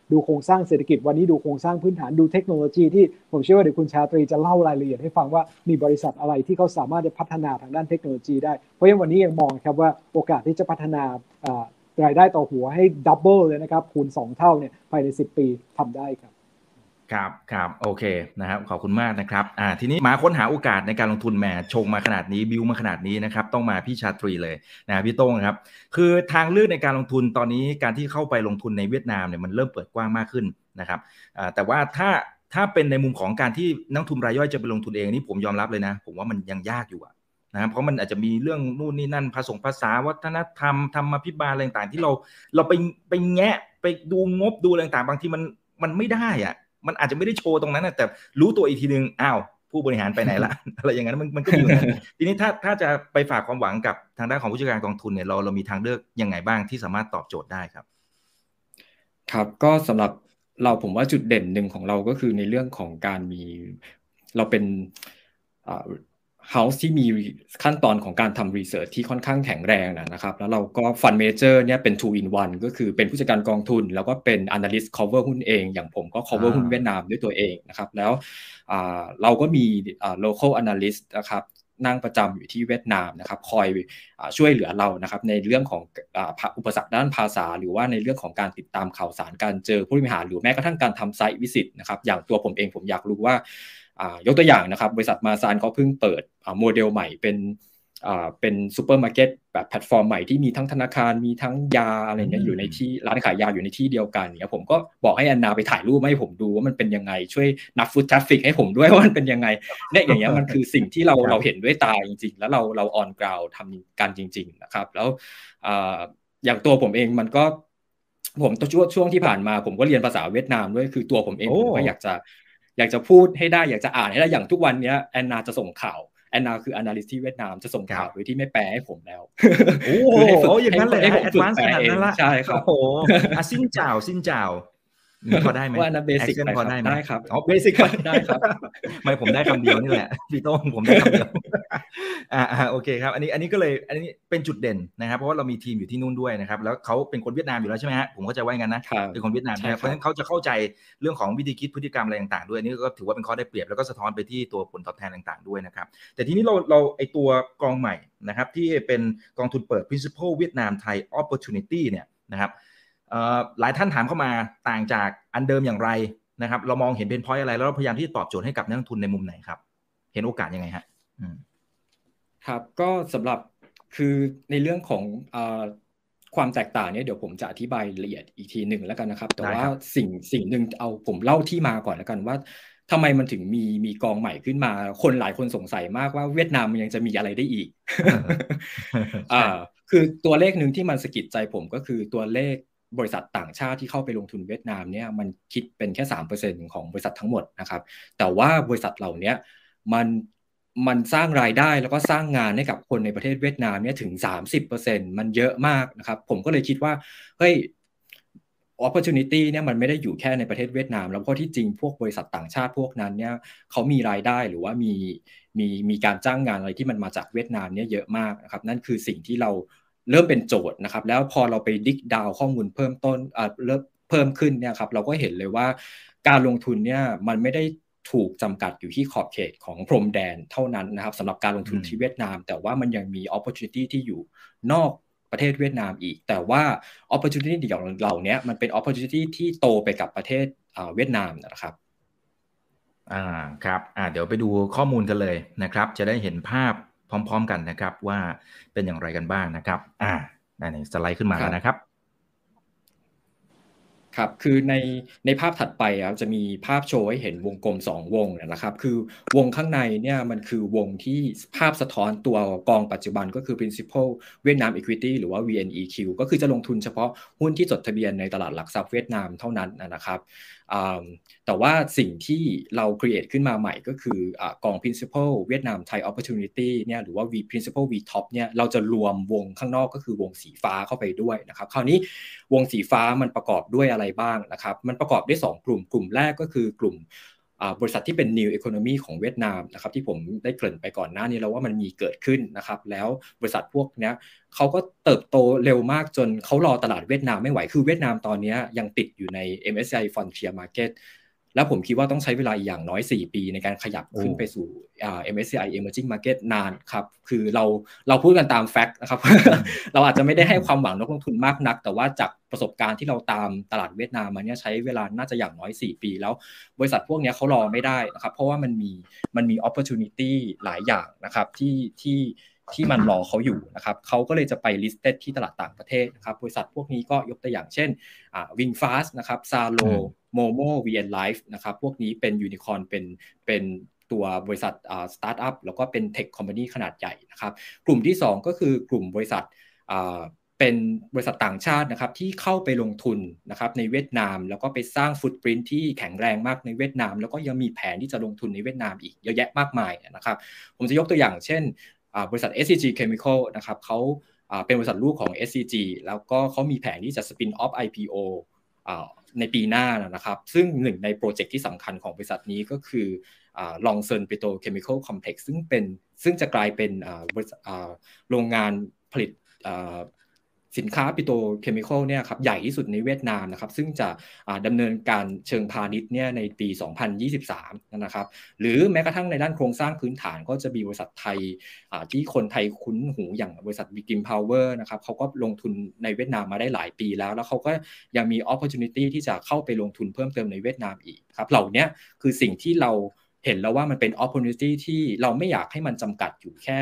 ดูโครงสร้างเศรษฐกิจวันนี้ดูโครงสร้างพื้นฐานดูเทคโนโลยีที่ผมเชื่อว่าเดี๋ยวคุณชาตรีจะเล่ารายละเอียดให้ฟังว่ามีบริษัทอะไรที่เขาสามารถจะพัฒนาทางด้านเทคโนโลยีได้เพราะฉะนั้นวันนี้ยังมองครับว่าโอกาสที่จะพัฒนารายได้ต่อหัวให้ดับเบิลเลยนะครับคูณสองเท่าเนี่ยภายในสิบปีทำได้ครับครับครับโอเคนะครับขอบคุณมากนะครับอ่าทีนี้มาค้นหาโอกาสในการลงทุนแหมชงมาขนาดนี้บิวมาขนาดนี้นะครับต้องมาพี่ชาตรีเลยนะพี่โต้งครับคือทางเลือกในการลงทุนตอนนี้การที่เข้าไปลงทุนในเวียดนามเนี่ยมันเริ่มเปิดกว้างมากขึ้นนะครับอ่าแต่ว่าถ้าถ้าเป็นในมุมของการที่นักทุนรายย่อยจะไปลงทุนเองนี่ผมยอมรับเลยนะผมว่ามันยังยากอยู่อะนะเพราะมันอาจจะมีเรื่องนู่นนี่นั่นผสมภาษาวัฒนธรรมธรรมพิบาลอะไรต่างๆที่เราเราไปไปแงะไปดูงบดูอะไรต่างๆบางทีมันมันไม่ได้อะมันอาจจะไม่ได้โชว์ตรงนั้นนะแต่รู้ตัวอีกทีนึงอ้าวผู้บริหารไปไหนละ อะไรอย่างนั้นมันมันก็มีเหมือนกัน ทีนี้ถ้าถ้าจะไปฝากความหวังกับทางด้านของผู้จัดการกองทุนเนี่ยเราเรามีทางเลือกยังไงบ้างที่สามารถตอบโจทย์ได้ครับครับก็สำหรับเราผมว่าจุดเด่นหนึ่งของเราก็คือในเรื่องของการมีเราเป็นเฮาส์ที่มีขั้นตอนของการทำรีเสิร์ชที่ค่อนข้างแข็งแรงนะครับแล้วเราก็ฟันเมเจอร์เนี่ยเป็น two in one ก็คือเป็นผู้จัดการกองทุนแล้วก็เป็น analyst cover หุ้นเองอย่างผมก็ cover หุ้นเวียดนามด้วยตัวเองนะครับแล้วเราก็มี local analyst นะครับนั่งประจำอยู่ที่เวียดนามนะครับคอยช่วยเหลือเรานะครับในเรื่องของอุปสรรคด้านภาษาหรือว่าในเรื่องของการติดตามข่าวสารการเจอผู้บริหารหรือแม้กระทั่งการทำไซต์วิสิตนะครับอย่างตัวผมเองผมอยากรู้ว่ายกตัวอย่างนะครับบริษัทมาซานเขาเพิ่งเปิดโมเดลใหม่เป็นเป็นซูเปอร์มาร์เก็ตแบบแพลตฟอร์มใหม่ที่มีทั้งธนาคารมีทั้งยาอะไรเงี้ยอยู่ในที่ร้านขายยาอยู่ในที่เดียวกันเนี่ยผมก็บอกให้แอนนาไปถ่ายรูปให้ผมดูว่ามันเป็นยังไงช่วยนับฟุตทราฟฟิกให้ผมด้วยว่ามันเป็นยังไงเนี่ยอย่างเงี้ยมันคือสิ่งที่เราเราเห็นด้วยตาจริงๆแล้วเราเราออนกราวด์ทำกันจริงๆนะครับแล้วอย่างตัวผมเองมันก็ผมตัวช่วงที่ผ่านมาผมก็เรียนภาษาเวียดนามด้วยคือตัวผมเองผมก็อยากจะอยากจะพูดให้ได้อยากจะอ่านให้ได้อย่างทุกวันนี้แอนนาจะส่งข่าวแอนนาคือ analyst ที่เวียดนามจะส่งข่าวโดยที่ไม่แปลให้ผมแล้วโอ้โหอย่างนั้นเลยให้ผมฝึกแปลเองใช่ครับโอ้โหอ่ะสิ้นเจ้าสิ้นเจ้าพอได้ไหมว่านะเบสิกพอได้ได้ครับอ๋อเบสิกได้ครับไม่ผมได้คำเดียวนี่แหละพี่โต้งผมได้คำเดียวอ่าโอเคครับอันนี้อันนี้ก็เลยอันนี้เป็นจุดเด่นนะครับเพราะว่าเรามีทีมอยู่ที่นู่นด้วยนะครับแล้วเขาเป็นคนเวียดนามอยู่แล้วใช่ไหมฮะผมก็จะว่างั้นนะเป็นคนเวียดนามเพราะฉะนั้นเขาจะเข้าใจเรื่องของวิธีคิดพฤติกรรมอะไรต่างๆด้วยนี่ก็ถือว่าเป็นข้อได้เปรียบแล้วก็สะท้อนไปที่ตัวผลตอบแทนต่างๆด้วยนะครับแต่ทีนี้เราเราไอตัวกองใหม่นะครับที่เป็นกองทุนเปิด Principal เวียดนามไทย Opportunity เนี่ยนะครับหลายท่านถามเข้ามาต่างจากอันเดิมอย่างไรนะครับเรามองเห็นเป็นพอยต์อะไรแล้วเราพยายามที่จะตอบโจทย์ให้กับนักลงทุนในมุมไหนครับเห็นโอกาสยังไงฮะครับก็สำหรับคือในเรื่องของความแตกต่างเนี่ยเดี๋ยวผมจะอธิบายละเอียดอีกทีหนึ่งแล้วกันนะครับแต่ว่าสิ่งสิ่งหนึ่งเอาผมเล่าที่มาก่อนแล้วกันว่าทำไมมันถึงมีมีกองใหม่ขึ้นมาคนหลายคนสงสัยมากว่าเวียดนามมันยังจะมีอะไรได้อีก อ่าคือตัวเลขหนึ่งที่มันสะกิดใจผมก็คือตัวเลขบริษัทต่างชาติที่เข้าไปลงทุนเวียดนามเนี่ยมันคิดเป็นแค่ สามเปอร์เซ็นต์ ของบริษัททั้งหมดนะครับแต่ว่าบริษัทเหล่านี้มันมันสร้างรายได้แล้วก็สร้างงานให้กับคนในประเทศเวียดนามเนี่ยถึง สามสิบเปอร์เซ็นต์ มันเยอะมากนะครับผมก็เลยคิดว่าเฮ้ย opportunity เนี่ยมันไม่ได้อยู่แค่ในประเทศเวียดนามแล้วเพราะที่จริงพวกบริษัทต่างชาติพวกนั้นเนี่ยเขามีรายได้หรือว่ามีมีมีการจ้างงานอะไรที่มันมาจากเวียดนามเนี่ยเยอะมากนะครับนั่นคือสิ่งที่เราเริ่มเป็นโจทย์นะครับแล้วพอเราไปดิกดาวข้อมูลเพิ่มต้นอ่าเริ่มเพิ่มขึ้นเนี่ยครับเราก็เห็นเลยว่าการลงทุนเนี่ยมันไม่ได้ถูกจำกัดอยู่ที่ขอบเขตของพรมแดนเท่านั้นนะครับสำหรับการลงทุนที่เวียดนามแต่ว่ามันยังมี opportunity ที่อยู่นอกประเทศเวียดนามอีกแต่ว่า opportunity อย่างเหล่านี้มันเป็น opportunity ที่โตไปกับประเทศเวียดนามนะครับอ่าครับอ่าเดี๋ยวไปดูข้อมูลกันเลยนะครับจะได้เห็นภาพพร้อมๆกันนะครับว่าเป็นอย่างไรกันบ้างนะครับอ่าในสไลด์ขึ้นมาแล้วนะครับครับคือในในภาพถัดไปครับจะมีภาพโชว์ให้เห็นวงกลมสองวงนะครับคือวงข้างในเนี่ยมันคือวงที่ภาพสะท้อนตัวกองปัจจุบันก็คือ Principal เวียดนาม Equity หรือว่า วี เอ็น อี คิว ก็คือจะลงทุนเฉพาะหุ้นที่จดทะเบียนในตลาดหลักทรัพย์เวียดนามเท่านั้นนะครับแต่ว่าสิ่งที่เรา create ขึ้นมาใหม่ก็คือกอง Principal เวียดนาม Thai Opportunity เนี่ยหรือว่า V Principal V Top เนี่ยเราจะรวมวงข้างนอกก็คือวงสีฟ้าเข้าไปด้วยนะครับคราวนี้วงสีฟ้ามันประกอบด้วยอะไรบ้างนะครับมันประกอบด้วยสองกลุ่มกลุ่มแรกก็คือกลุ่มบริษัทที่เป็น New Economy ของเวียดนามนะครับที่ผมได้เกริ่นไปก่อนหน้านี้แล้วว่ามันมีเกิดขึ้นนะครับแล้วบริษัทพวกนี้เขาก็เติบโตเร็วมากจนเขารอตลาดเวียดนามไม่ไหวคือเวียดนามตอนนี้ยังติดอยู่ใน เอ็ม เอส ซี ไอ Frontier Market แล้วผมคิดว่าต้องใช้เวลาอย่างน้อยสี่ปีในการขยับขึ้นไปสู่อ่า เอ็ม เอส ซี ไอ Emerging Market นานครับคือเราเราพูดกันตามแฟกต์นะครับ เราอาจจะไม่ได้ให้ความหวังนักลงทุนมากนักแต่ว่าจากประสบการณ์ที่เราตามตลาดเวียดนามมาเนี่ยใช้เวลาน่าจะอย่างน้อยสี่ปีแล้วบริษัทพวกนี้เขารอไม่ได้นะครับเพราะว่ามันมีมันมี opportunity หลายอย่างนะครับที่ที่ที่มันรอเขาอยู่นะครับเขาก็เลยจะไป listed ที่ตลาดต่างประเทศนะครับบริษัทพวกนี้ก็ยกตัวอย่างเช่นอ่า Winfast นะครับ Zalo Momo วี เอ็น Life นะครับพวกนี้เป็นยูนิคอร์นเป็นเป็นตัวบริษัทอ่าสตาร์ทอัพแล้วก็เป็นเทคคอมพานีขนาดใหญ่นะครับกลุ่มที่สองก็คือกลุ่มบริษัทอ่าเป็นบริษัทต่างชาตินะครับที่เข้าไปลงทุนนะครับในเวียดนามแล้วก็ไปสร้างฟุตปรินท์ที่แข็งแรงมากในเวียดนามแล้วก็ยังมีแผนที่จะลงทุนในเวียดนามอีกเยอะแยะมากมายนะครับผมจะยกตัวอย่างเช่นบริษัท เอส ซี จี Chemical นะครับเขาเป็นบริษัทลูกของ เอส ซี จี แล้วก็เขามีแผนที่จะ spin off ไอ พี โอ ในปีหน้านะครับซึ่งหนึ่งในโปรเจกต์ที่สำคัญของบริษัทนี้ก็คือลองเซินปิโตรเคมีคอลคอมเพล็กซ์ซึ่งเป็นซึ่งจะกลายเป็นโรงงานผลิตสินค้าปิโตรเคมีคอลเนี่ยครับใหญ่ที่สุดในเวียดนามนะครับซึ่งจะดำเนินการเชิงพาณิชย์เนี่ยในปีสองพันยี่สิบสามนะครับหรือแม้กระทั่งในด้านโครงสร้างพื้นฐานก็จะมีบริษัทไทยที่คนไทยคุ้นหูอย่างบริษัท Bigim Power นะครับเขาก็ลงทุนในเวียดนามมาได้หลายปีแล้วแล้วเขาก็ยังมี opportunity ที่จะเข้าไปลงทุนเพิ่มเติมในเวียดนามอีกครับเหล่านี้คือสิ่งที่เราเห็นแล้วว่ามันเป็น opportunity ที่เราไม่อยากให้มันจำกัดอยู่แค่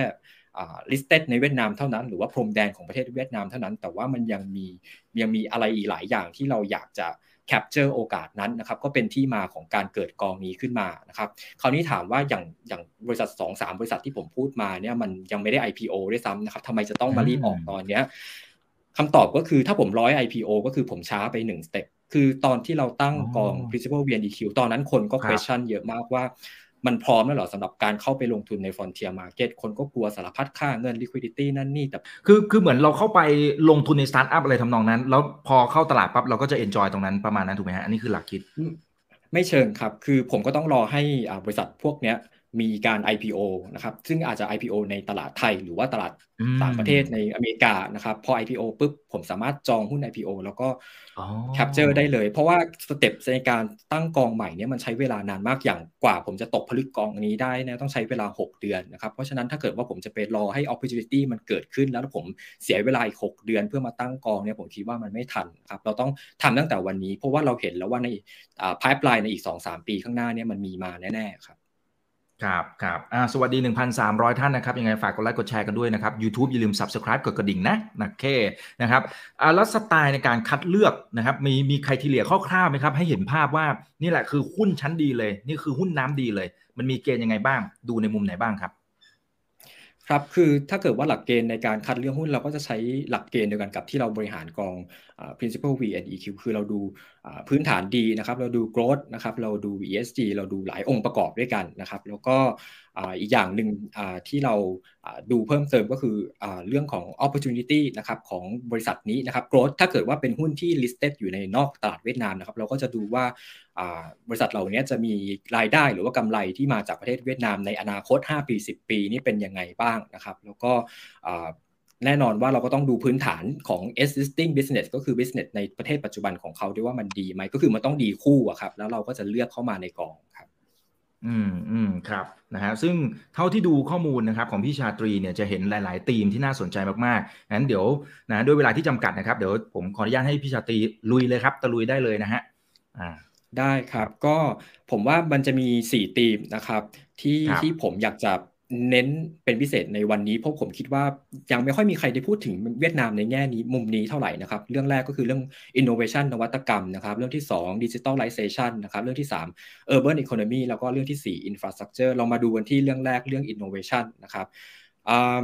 listed ในเวียดนามเท่านั้นหรือว่าพรมแดนของประเทศเวียดนามเท่านั้นแต่ว่ามันยังมียังมีอะไรอีกหลายอย่างที่เราอยากจะ capture โอกาสนั้นนะครับก็เป็นที่มาของการเกิดกองนี้ขึ้นมานะครับคราวนี้ถามว่าอย่างอย่างบริษัท สองถึงสาม บริษัทที่ผมพูดมาเนี่ยมันยังไม่ได้ ไอ พี โอ ด้วยซ้ำนะครับทำไมจะต้องมารีบออกตอนนี้คำตอบก็คือถ้าผมร้อย ไอ พี โอ ก็คือผมช้าไปหนึ่งสเต็ปคือตอนที่เราตั้งกอง Principal วี เอ็น อี คิว ตอนนั้นคนก็ question เยอะมากว่ามันพร้อมแล้วเหรอสำหรับการเข้าไปลงทุนใน Frontier Market คนก็กลัวสารพัดค่าเงิน liquidity นั่นนี่แต่คือคือเหมือนเราเข้าไปลงทุนในสตาร์ทอัพอะไรทำนองนั้นแล้วพอเข้าตลาดปั๊บเราก็จะ enjoy ตรงนั้นประมาณนั้นถูกไหมฮะอันนี้คือหลักคิดไม่เชิงครับคือผมก็ต้องรอให้บริษัทพวกนี้มีการ ไอ พี โอ นะครับซึ่งอาจจะ ไอ พี โอ ในตลาดไทยหรือว่าตลาดต่างประเทศในอเมริกานะครับพอ ไอ พี โอ ปุ๊บผมสามารถจองหุ้น ไอ พี โอ แล้วก็ capture ได้เลยเพราะว่าสเต็ปในการตั้งกองใหม่เนี่ยมันใช้เวลานานมากอย่างกว่าผมจะตกผลึกกองนี้ได้นะต้องใช้เวลาหกเดือนนะครับเพราะฉะนั้นถ้าเกิดว่าผมจะไปรอให้ opportunity มันเกิดขึ้นแล้วผมเสียเวลาอีกหกเดือนเพื่อมาตั้งกองเนี่ยผมคิดว่ามันไม่ทันครับเราต้องทำตั้งแต่วันนี้เพราะว่าเราเห็นแล้วว่าใน pipeline ในอีก สองถึงสาม ปีข้างหน้าเนี่ยมันมีมาแน่ๆครับครับครับอ่าสวัสดี หนึ่งพันสามร้อย ท่านนะครับยังไงฝากกดไลค์กดแชร์กันด้วยนะครับ YouTube อย่าลืม Subscribe กดกระดิ่งนะนะโอเคนะครับอ่าแล้วสไตล์ในการคัดเลือกนะครับมีมีไครทีเรียคร่าวๆไหมครับให้เห็นภาพว่านี่แหละคือหุ้นชั้นดีเลยนี่คือหุ้นน้ำดีเลยมันมีเกณฑ์ยังไงบ้างดูในมุมไหนบ้างครับครับคือถ้าเกิดว่าหลักเกณฑ์ในการคัดเลือกหุ้นเราก็จะใช้หลักเกณฑ์เดียวกันกับที่เราบริหารกอง Principal วี เอ็น อี คิว คือเราดูพื้นฐานดีนะครับเราดู growth นะครับเราดู อี เอส จี เราดูหลายองค์ประกอบด้วยกันนะครับแล้วก็อีกอย่างหนึ่งที่เราดูเพิ่มเติมก็คือเรื่องของ opportunity นะครับของบริษัทนี้นะครับ growth ถ้าเกิดว่าเป็นหุ้นที่ listed อยู่ในนอกตลาดเวียดนามนะครับเราก็จะดูว่าบริษัทเหล่านี้จะมีรายได้หรือว่ากำไรที่มาจากประเทศเวียดนามในอนาคตห้าปีสิบปีนี่เป็นยังไงบ้างนะครับแล้วก็แน่นอนว่าเราก็ต้องดูพื้นฐานของ existing business ก็คือ business ในประเทศปัจจุบันของเขาด้วยว่ามันดีไหมก็คือมันต้องดีคู่อะครับแล้วเราก็จะเลือกเข้ามาในกองครับอืมอืมครับนะฮะซึ่งเท่าที่ดูข้อมูลนะครับของพี่ชาตรีเนี่ยจะเห็นหลายๆธีมที่น่าสนใจมากๆงั้นเดี๋ยวนะด้วยเวลาที่จำกัดนะครับเดี๋ยวผมขออนุญาตให้พี่ชาตรีลุยเลยครับตะลุยได้เลยนะฮะอ่าได้ครับก็ผมว่ามันจะมีสี่ธีมนะครับที่ที่ผมอยากจะเน้นเป็นพิเศษในวันนี้เพราะผมคิดว่ายังไม่ค่อยมีใครได้พูดถึงเวียดนามในแง่นี้มุมนี้เท่าไหร่นะครับเรื่องแรกก็คือเรื่อง innovation นวัตกรรมนะครับเรื่องที่สอง digitalization นะครับเรื่องที่สาม urban economy แล้วก็เรื่องที่สี่ infrastructure เรามาดูกันที่เรื่องแรกเรื่อง innovation นะครับ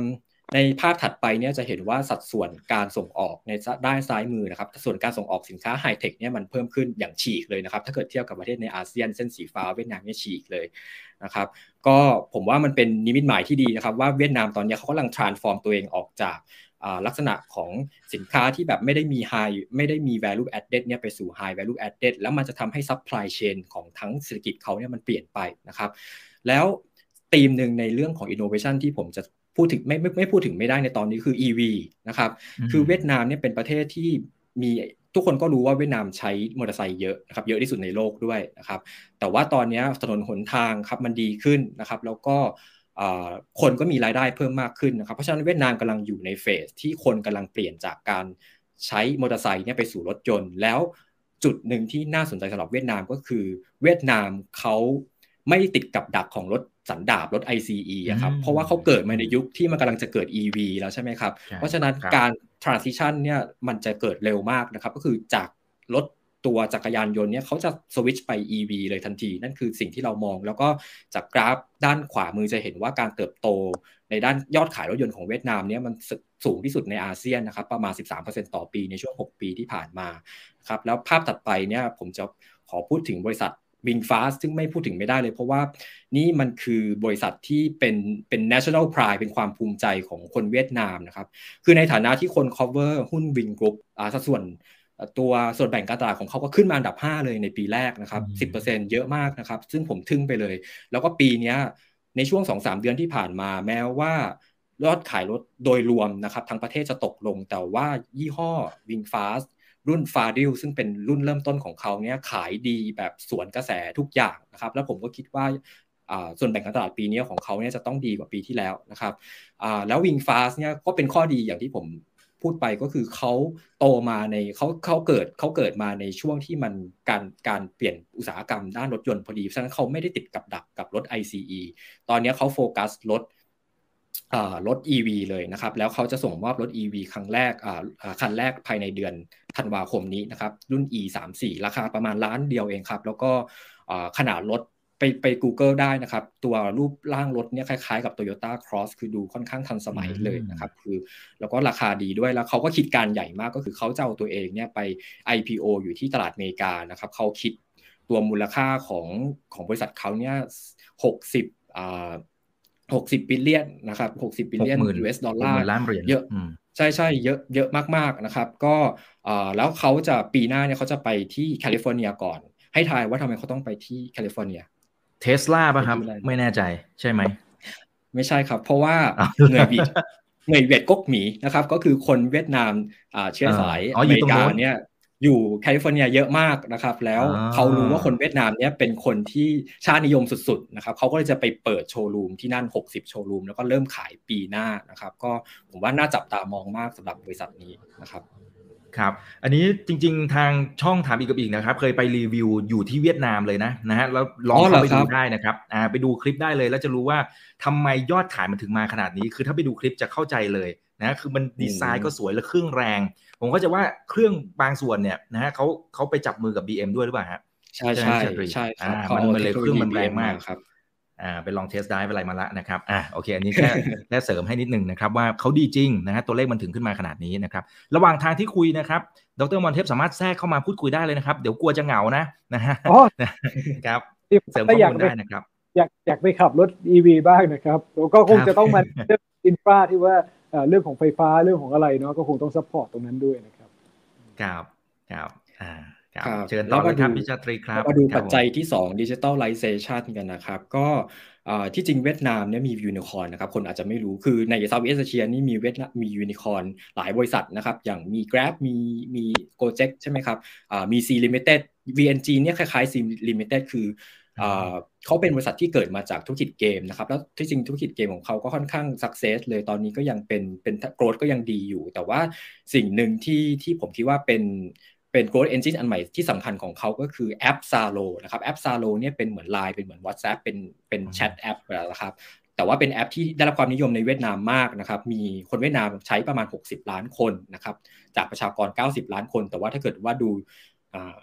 ในภาพถัดไปเนี่ยจะเห็นว่าสัดส่วนการส่งออกในด้านซ้ายมือนะครับส่วนการส่งออกสินค้าไฮเทคเนี่ยมันเพิ่มขึ้นอย่างฉีกเลยนะครับถ้าเกิดเทียบกับประเทศในอาเซียนเส้นสีฟ้าเวียดนามเนี่ยฉีกเลยนะครับก็ผมว่ามันเป็นนิมิตหมายที่ดีนะครับว่าเวียดนามตอนนี้เขากำลัง transform ตัวเองออกจากลักษณะของสินค้าที่แบบไม่ได้มี high ไม่ได้มี value added เนี่ยไปสู่ high value added แล้วมันจะทำให้ supply chain ของทั้งเศรษฐกิจเขาเนี่ยมันเปลี่ยนไปนะครับแล้วธีมหนึ่งในเรื่องของ innovation ที่ผมจะพูดถึงไม่ไม่ไม่พูดถึงไม่ได้ในตอนนี้คือ อี วี นะครับคือเวียดนามเนี่ยเป็นประเทศที่มีทุกคนก็รู้ว่าเวียดนามใช้มอเตอร์ไซค์เยอะนะครับเยอะที่สุดในโลกด้วยนะครับแต่ว่าตอนนี้ถนนหนทางครับมันดีขึ้นนะครับแล้วก็คนก็มีรายได้เพิ่มมากขึ้นนะครับเพราะฉะนั้นเวียดนามกำลังอยู่ในเฟสที่คนกำลังเปลี่ยนจากการใช้มอเตอร์ไซค์เนี่ยไปสู่รถยนต์แล้วจุดหนึ่งที่น่าสนใจสำหรับเวียดนามก็คือเวียดนามเขาไม่ติดกับดักของรถสันดาปรถ ไอ ซี อี อ่ะครับเพราะว่าเขาเกิดมาในยุคที่มันกำลังจะเกิด อี วี แล้วใช่ไหมครับเพราะฉะนั้นการ transition เนี่ยมันจะเกิดเร็วมากนะครับก็คือจากรถตัวจักรยานยนต์เนี่ยเขาจะสวิตช์ไป อี วี เลยทันทีนั่นคือสิ่งที่เรามองแล้วก็จากกราฟด้านขวามือจะเห็นว่าการเติบโตในด้านยอดขายรถยนต์ของเวียดนามเนี่ยมันสูงที่สุดในอาเซียนนะครับประมาณ สิบสามเปอร์เซ็นต์ ต่อปีในช่วงหกปีที่ผ่านมาครับแล้วภาพถัดไปเนี่ยผมจะขอพูดถึงบริษัทVinFast ซึ่งไม่พูดถึงไม่ได้เลยเพราะว่านี่มันคือบริษัทที่เป็นเป็น national pride เป็นความภูมิใจของคนเวียดนามนะครับคือในฐานะที่คน cover หุ้น Vin Group อ่าสัดส่วนตัวส่วนแบ่งการตลาดของเขาก็ขึ้นมาอันดับห้าเลยในปีแรกนะครับ สิบเปอร์เซ็นต์ เยอะมากนะครับซึ่งผมทึ่งไปเลยแล้วก็ปีนี้ในช่วง สองถึงสาม เดือนที่ผ่านมาแม้ว่ายอดขายรถโดยรวมนะครับทั้งประเทศจะตกลงแต่ว่ายี่ห้อ VinFastรุ่น Fadil ซึ่งเป็นรุ่นเริ่มต้นของเขาเนี่ยขายดีแบบสวนกระแสทุกอย่างนะครับแล้วผมก็คิดว่าส่วนแบ่งการตลาดปีนี้ของเขาเนี่ยจะต้องดีกว่าปีที่แล้วนะครับแล้ว VinFast เนี่ยก็เป็นข้อดีอย่างที่ผมพูดไปก็คือเขาโตมาในเขาเขาเกิดเขาเกิดมาในช่วงที่มันการการเปลี่ยนอุตสาหกรรมด้านรถยนต์พอดีฉะนั้นเขาไม่ได้ติดกับดักกับรถ ไอ ซี อี ตอนนี้เขาโฟกัสรถรถ อี วี เลยนะครับแล้วเขาจะส่งมอบรถ อี วี ครั้งแรกคันแรกภายในเดือนธันวาคมนี้นะครับรุ่น อี สามสิบสี่ ราคาประมาณล้านเดียวเองครับแล้วก็ขนาดรถไปไป Google ได้นะครับตัวรูปร่างรถเนี่ยคล้ายๆกับ Toyota Cross คือดูค่อนข้างทันสมัยเลยนะครับคือแล้วก็ราคาดีด้วยแล้วเขาก็คิดการใหญ่มากก็คือเขาจะเอาตัวเองเนี่ยไป ไอ พี โอ อยู่ที่ตลาดอเมริกานะครับเขาคิดตัวมูลค่าของของบริษัทเขาเนี่ยหกสิบอ่าหกสิบบิลเลียนนะครับหกสิบบิลเลียน ยู เอส ดอลลาร์เยอะใช่ๆเยอะเยอะมากๆนะครับก็แล้วเขาจะปีหน้าเนี่ยเขาจะไปที่แคลิฟอร์เนียก่อนให้ทายว่าทำไมเขาต้องไปที่แคลิฟอร์เนีย Tesla ป่ะครับไม่แน่ใจใช่ไหมไม่ใช่ครับเพราะว่าเหนื่อยบิดเหนื่อยเวียดก๊กหมีนะครับก็คือคนเวียดนามเชื้อสายอเมริกาเนี่ยอยู่แคลิฟอร์เนียเยอะมากนะครับแล้วเขารู้ว่าคนเวียดนามเนี่ยเป็นคนที่ชาตินิยมสุดๆนะครับเขาก็เลยจะไปเปิดโชว์รูมที่นั่นหกสิบโชว์รูมแล้วก็เริ่มขายปีหน้านะครับก็ผมว่าน่าจับตามองมากสำหรับบริษัทนี้นะครับครับอันนี้จริงๆทางช่องถามอีกกับอีกนะครับเคยไปรีวิวอยู่ที่เวียดนามเลยนะนะฮะแล้วลองเข้าไปดูได้นะครับอ่าไปดูคลิปได้เลยแล้วจะรู้ว่าทำไมยอดขายมันถึงมาขนาดนี้คือถ้าไปดูคลิปจะเข้าใจเลยนะคือมันดีไซน์ก็สวยและเครื่องแรงผมก็จะว่าเครื่องบางส่วนเนี่ยนะฮะเขาเขาไปจับมือกับ บี เอ็ม ด้วยหรือเปล่าฮะใช่ใช่ใช่ครับมันมันเลยเครื่องมันแรงมากครับอ่าไปลองเทสได้อะไรมาละนะครับอ่าโอเคอันนี้แค่แค่เสริมให้นิดนึงนะครับว่าเขาดีจริงนะฮะตัวเลขมันถึงขึ้นมาขนาดนี้นะครับระหว่างทางที่คุยนะครับดร.มอนเทพสามารถแทรกเข้ามาพูดคุยได้เลยนะครับเดี๋ยวกลัวจะเหงานะนะฮะครับเสริมข้อมูลได้นะครับอยากอยากไปขับรถ อี วี บ้างนะครับก็คงจะต้องมาเรื่องอินฟราที่ว่าเรื่องของไฟฟ้าเรื่องของอะไรเนาะก็คงต้องซัพพอร์ตตรงนั้นด้วยนะครับครับครับอ่าเชิญต่อเลยครับพี่ชาตรีครับมาดูปัจจัยที่สอง Digitalization กันนะครับก็ที่จริงเวียดนามเนี่ยมียูนิคอร์นนะครับคนอาจจะไม่รู้คือใน Southeast Asia นี่มีเวียดนามมียูนิคอร์นหลายบริษัทนะครับอย่างมี Grab มีมี Gojek ใช่ไหมครับมี C Limited วี เอ็น จี เนี่ยคล้ายๆ C Limited คือเขาเป็นบริษัทที่เกิดมาจากธุรกิจเกมนะครับแล้วที่จริงธุรกิจเกมของเขาก็ค่อนข้าง success เลยตอนนี้ก็ยังเป็นเป็น growth ก็ยังดีอยู่แต่ว่าสิ่งหนึ่งที่ที่ผมคิดว่าเป็นเป็น growth engine อันใหม่ที่สำคัญของเขาก็คือแอป Zalo นะครับแอป Zalo เนี่ยเป็นเหมือน ไลน์ เป็นเหมือน WhatsApp เป็นเป็นแชทแอปนะครับแต่ว่าเป็นแอปที่ได้รับความนิยมในเวียดนามมากนะครับมีคนเวียดนามใช้ประมาณหกสิบล้านคนนะครับจากประชากรเก้าสิบล้านคนแต่ว่าถ้าเกิดว่าดู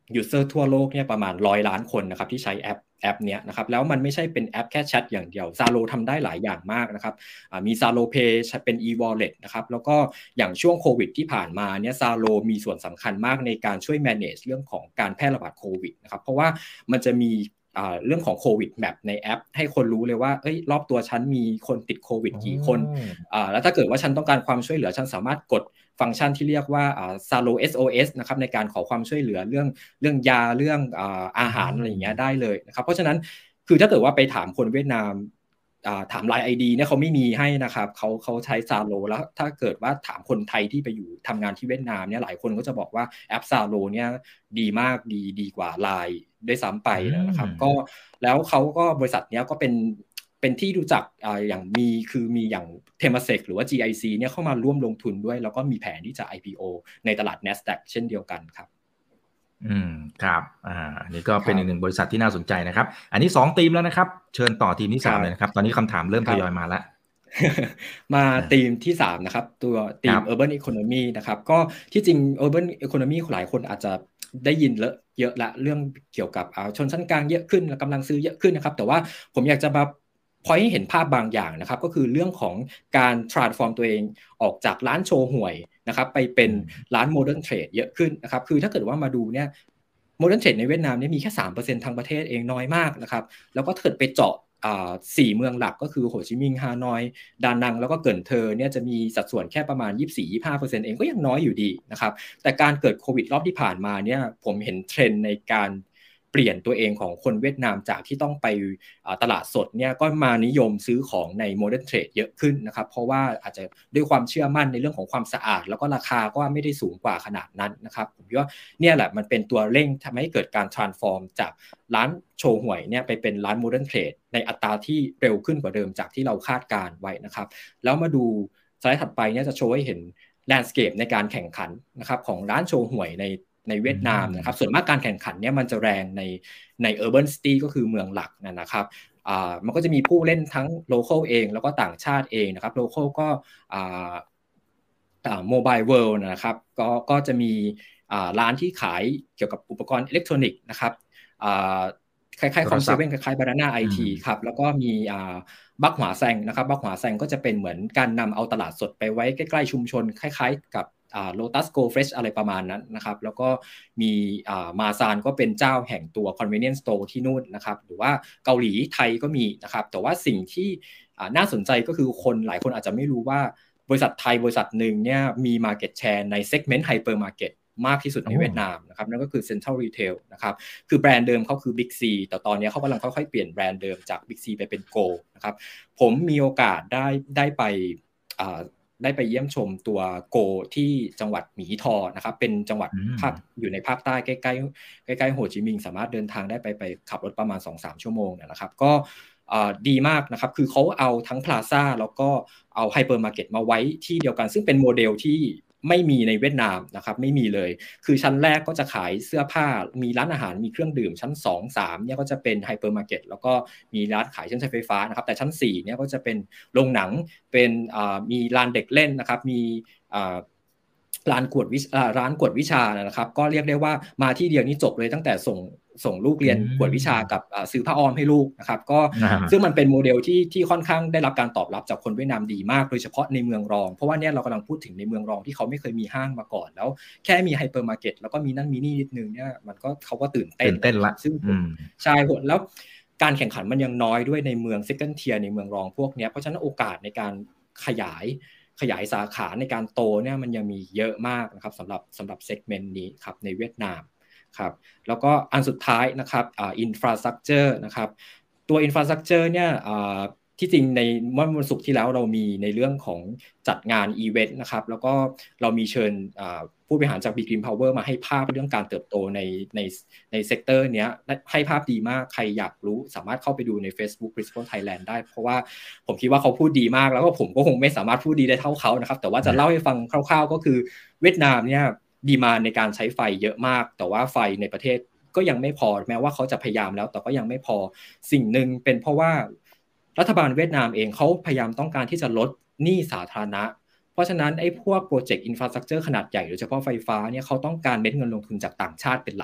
ยูเซอร์ทั่วโลกเนี่ยประมาณร้อยล้านคนนะครับที่ใช้แอปแอปเนี้ยนะครับแล้วมันไม่ใช่เป็นแอปแค่แชทอย่างเดียว Zalo ทำได้หลายอย่างมากนะครับมี Zalo Pay เป็น e-wallet นะครับแล้วก็อย่างช่วงโควิดที่ผ่านมาเนี่ย Zalo มีส่วนสำคัญมากในการช่วย manage เรื่องของการแพร่ระบาดโควิดนะครับเพราะว่ามันจะมีเรื่องของโควิดแมปในแอปให้คนรู้เลยว่าเอ้ยรอบตัวฉันมีคนติดโควิดกี่คนแล้วถ้าเกิดว่าฉันต้องการความช่วยเหลือฉันสามารถกดฟังก์ชันที่เรียกว่า Zalo เอส โอ เอส นะครับในการขอความช่วยเหลือเรื่องเรื่องยาเรื่องอาหารอะไรอย่างเงี้ยได้เลยนะครับเพราะฉะนั้นคือถ้าเกิดว่าไปถามคนเวียดนามถาม ไลน์ ไอ ดี เนี่ยเขาไม่มีให้นะครับเขาเขาใช้ Zalo แล้วถ้าเกิดว่าถามคนไทยที่ไปอยู่ทำงานที่เวียดนามเนี่ยหลายคนก็จะบอกว่าแอป Zalo เนี่ยดีมากดีดีกว่า ไลน์ ด้วยซ้ำไปนะครับก็แล้วเขาก็บริษัทเนี้ยก็เป็นเป็นที่รู้จักอ่าอย่างมีคือมีอย่าง Temasek หรือว่า จี ไอ ซี เนี่ยเข้ามาร่วมลงทุนด้วยแล้วก็มีแผนที่จะ ไอ พี โอ ในตลาด NASDAQ เช่นเดียวกันครับอืมครับอ่าอันนี้ก็เป็นอีกหนึ่งบริษัทที่น่าสนใจนะครับอันนี้สองทีมแล้วนะครับเชิญต่อทีมที่สามเลยนะครับตอนนี้คำถามเริ่มทยอยมาแล้วมาทีมที่สามนะครับตัวทีม Urban Economy นะครับก็ที่จริง Urban Economy หลายคนอาจจะได้ยินเลอะเยอะละเรื่องเกี่ยวกับชนชั้นกลางเยอะขึ้นและกำลังซื้อเยอะขึ้นนะครับแต่ว่าผมอยากจะมาพอยให้เห็นภาพบางอย่างนะครับก็คือเรื่องของการ transform ตัวเองออกจากร้านโชว์หวยนะครับไปเป็นร้าน modern trade เยอะขึ้นนะครับคือถ้าเกิดว่ามาดูเนี่ยModern Trade ในเวียดนามเนี่ยมีแค่ สามเปอร์เซ็นต์ ทั้งประเทศเองน้อยมากนะครับแล้วก็ถ้าเกิดไปเจาะอ่าสี่เมืองหลักก็คือโฮจิมินห์ฮานอยดานังแล้วก็เกิ่นเทอเนี่ยจะมีสัดส่วนแค่ประมาณ ยี่สิบสี่ถึงยี่สิบห้าเปอร์เซ็นต์ เองก็ยังน้อยอยู่ดีนะครับแต่การเกิดโควิดรอบที่ผ่านมาเนี่ยผมเห็นเทรนด์ในการเปลี่ยนตัวเองของคนเวียดนามจากที่ต้องไปตลาดสดเนี่ยก็มานิยมซื้อของใน Modern Trade เยอะขึ้นนะครับเพราะว่าอาจจะด้วยความเชื่อมั่นในเรื่องของความสะอาดแล้วก็ราคาก็ไม่ได้สูงกว่าขนาดนั้นนะครับผมว่าเนี่ยแหละมันเป็นตัวเร่งทำให้เกิดการ transform จากร้านโชว์หวยเนี่ยไปเป็นร้าน Modern Trade ในอัตราที่เร็วขึ้นกว่าเดิมจากที่เราคาดการไว้นะครับแล้วมาดูสไลด์ถัดไปเนี่ยจะโชว์ให้เห็น landscape ในการแข่งขันนะครับของร้านโชว์หวยในในเวียดนามนะครับส่วนมากการแข่งขันเนี่ยมันจะแรงในใน urban city ก็คือเมืองหลักนะครับอ่ามันก็จะมีผู้เล่นทั้ง local เองแล้วก็ต่างชาติเองนะครับ local ก็อ่าอ่า mobile world นะครับก็ก็จะมีอ่าร้านที่ขายเกี่ยวกับอุปกรณ์อิเล็กทรอนิกส์นะครับอ่าคล้ายๆคอมเซเว่นคล้ายๆ Banana ไอ ที ครับแล้วก็มีอ่าบักหวาแซงนะครับบักหวาแซงก็จะเป็นเหมือนการนำเอาตลาดสดไปไว้ใกล้ๆชุมชนคล้ายๆกับอ่า Lotus Go Fresh อะไรประมาณนั้นนะครับแล้วก็มีอ่ามาซานก็เป็นเจ้าแห่งตัว convenience store ที่นู่นนะครับหรือว่าเกาหลีไทยก็มีนะครับแต่ว่าสิ่งที่อ่าน่าสนใจก็คือคนหลายคนอาจจะไม่รู้ว่าบริษัทไทยบริษัทหนึ่งเนี่ยมี market share ใน segment hypermarket มากที่สุดในเวียดนามนะครับนั่นก็คือ Central Retail นะครับคือแบรนด์เดิมเขาคือ Big C แต่ตอนนี้เขากำลังค่อยๆเปลี่ยนแบรนด์เดิมจาก Big C ไปเป็น Go นะครับผมมีโอกาสได้ได้ไปอ่าได้ไปเยี่ยมชมตัวโกที่จังหวัดหมีทอนะครับเป็นจังหวัดภาคอยู่ในภาคใต้ใกล้ๆใกล้ๆโฮจิมินห์สามารถเดินทางได้ไปไปขับรถประมาณ สองถึงสาม ชั่วโมงนะครับก็ดีมากนะครับคือเขาเอาทั้งพลาซ่าแล้วก็เอาไฮเปอร์มาร์เก็ตมาไว้ที่เดียวกันซึ่งเป็นโมเดลที่ไม่มีในเวียดนามนะครับไม่มีเลยคือชั้นแรกก็จะขายเสื้อผ้ามีร้านอาหารมีเครื่องดื่มชั้นสอง สามเนี่ยก็จะเป็นไฮเปอร์มาร์เก็ตแล้วก็มีร้านขายเครื่องใช้ไฟฟ้านะครับแต่ชั้นสี่เนี่ยก็จะเป็นโรงหนังเป็นมีลานเด็กเล่นนะครับมีร้านกวดวิร้านกวดวิชานะครับก็เรียกได้ว่ามาที่เดียวนี้จบเลยตั้งแต่ส่งส่งลูกเรียนกวดวิชากับซื้อผ้าอ้อมให้ลูกนะครับก็ซึ่งมันเป็นโมเดลที่ที่ค่อนข้างได้รับการตอบรับจากคนเวียดนามดีมากโดยเฉพาะในเมืองรองเพราะว่าเนี่ยเรากำลังพูดถึงในเมืองรองที่เขาไม่เคยมีห้างมาก่อนแล้วแค่มีไฮเปอร์มาร์เก็ตแล้วก็มีนั่นมีนี่นิดนึงเนี่ยมันก็เขาก็ตื่นเต้นตื่นเต้นละซึ่งใช่แล้วการแข่งขันมันยังน้อยด้วยในเมือง second tier ในเมืองรองพวกนี้เพราะฉะนั้นโอกาสในการขยายขยายสาขาในการโตเนี่ยมันยังมีเยอะมากนะครับสำหรับสำหรับเซกเมนต์นี้ครับในเวียดนามครับแล้วก็อันสุดท้ายนะครับอ่า infrastructure นะครับตัว infrastructure เนี่ยอ่าที่จริงในเมื่อวันศุกร์ที่แล้วเรามีในเรื่องของจัดงานอีเวนต์นะครับแล้วก็เรามีเชิญผู้บริหารจาก Big Green Power มาให้ภาพเรื่องการเติบโตในในในเซกเตอร์เนี้ยให้ภาพดีมากใครอยากรู้สามารถเข้าไปดูใน Facebook Principal Thailand ได้เพราะว่าผมคิดว่าเขาพูดดีมากแล้วก็ผมก็คงไม่สามารถพูดดีได้เท่าเขานะครับแต่ว่าจะเล่าให้ฟังคร่าวๆก็คือเวียดนามเนี่ยดีมานด์ในการใช้ไฟเยอะมากแต่ว่าไฟในประเทศก็ยังไม่พอแม้ว่าเขาจะพยายามแล้วแต่ก็ยังไม่พอสิ่งหนึ่งเป็นเพราะว่ารัฐบาลเวียดนามเองเขาพยายามต้องการที่จะลดหนี้สาธารณะเพราะฉะนั้นไอ้พวกโปรเจกต์อินฟราสตรัคเจอร์ขนาดใหญ่โดยเฉพาะไฟฟ้าเนี่ยเขาต้องการเม็ดเงินลงทุนจากต่างชาติเป็นหลัก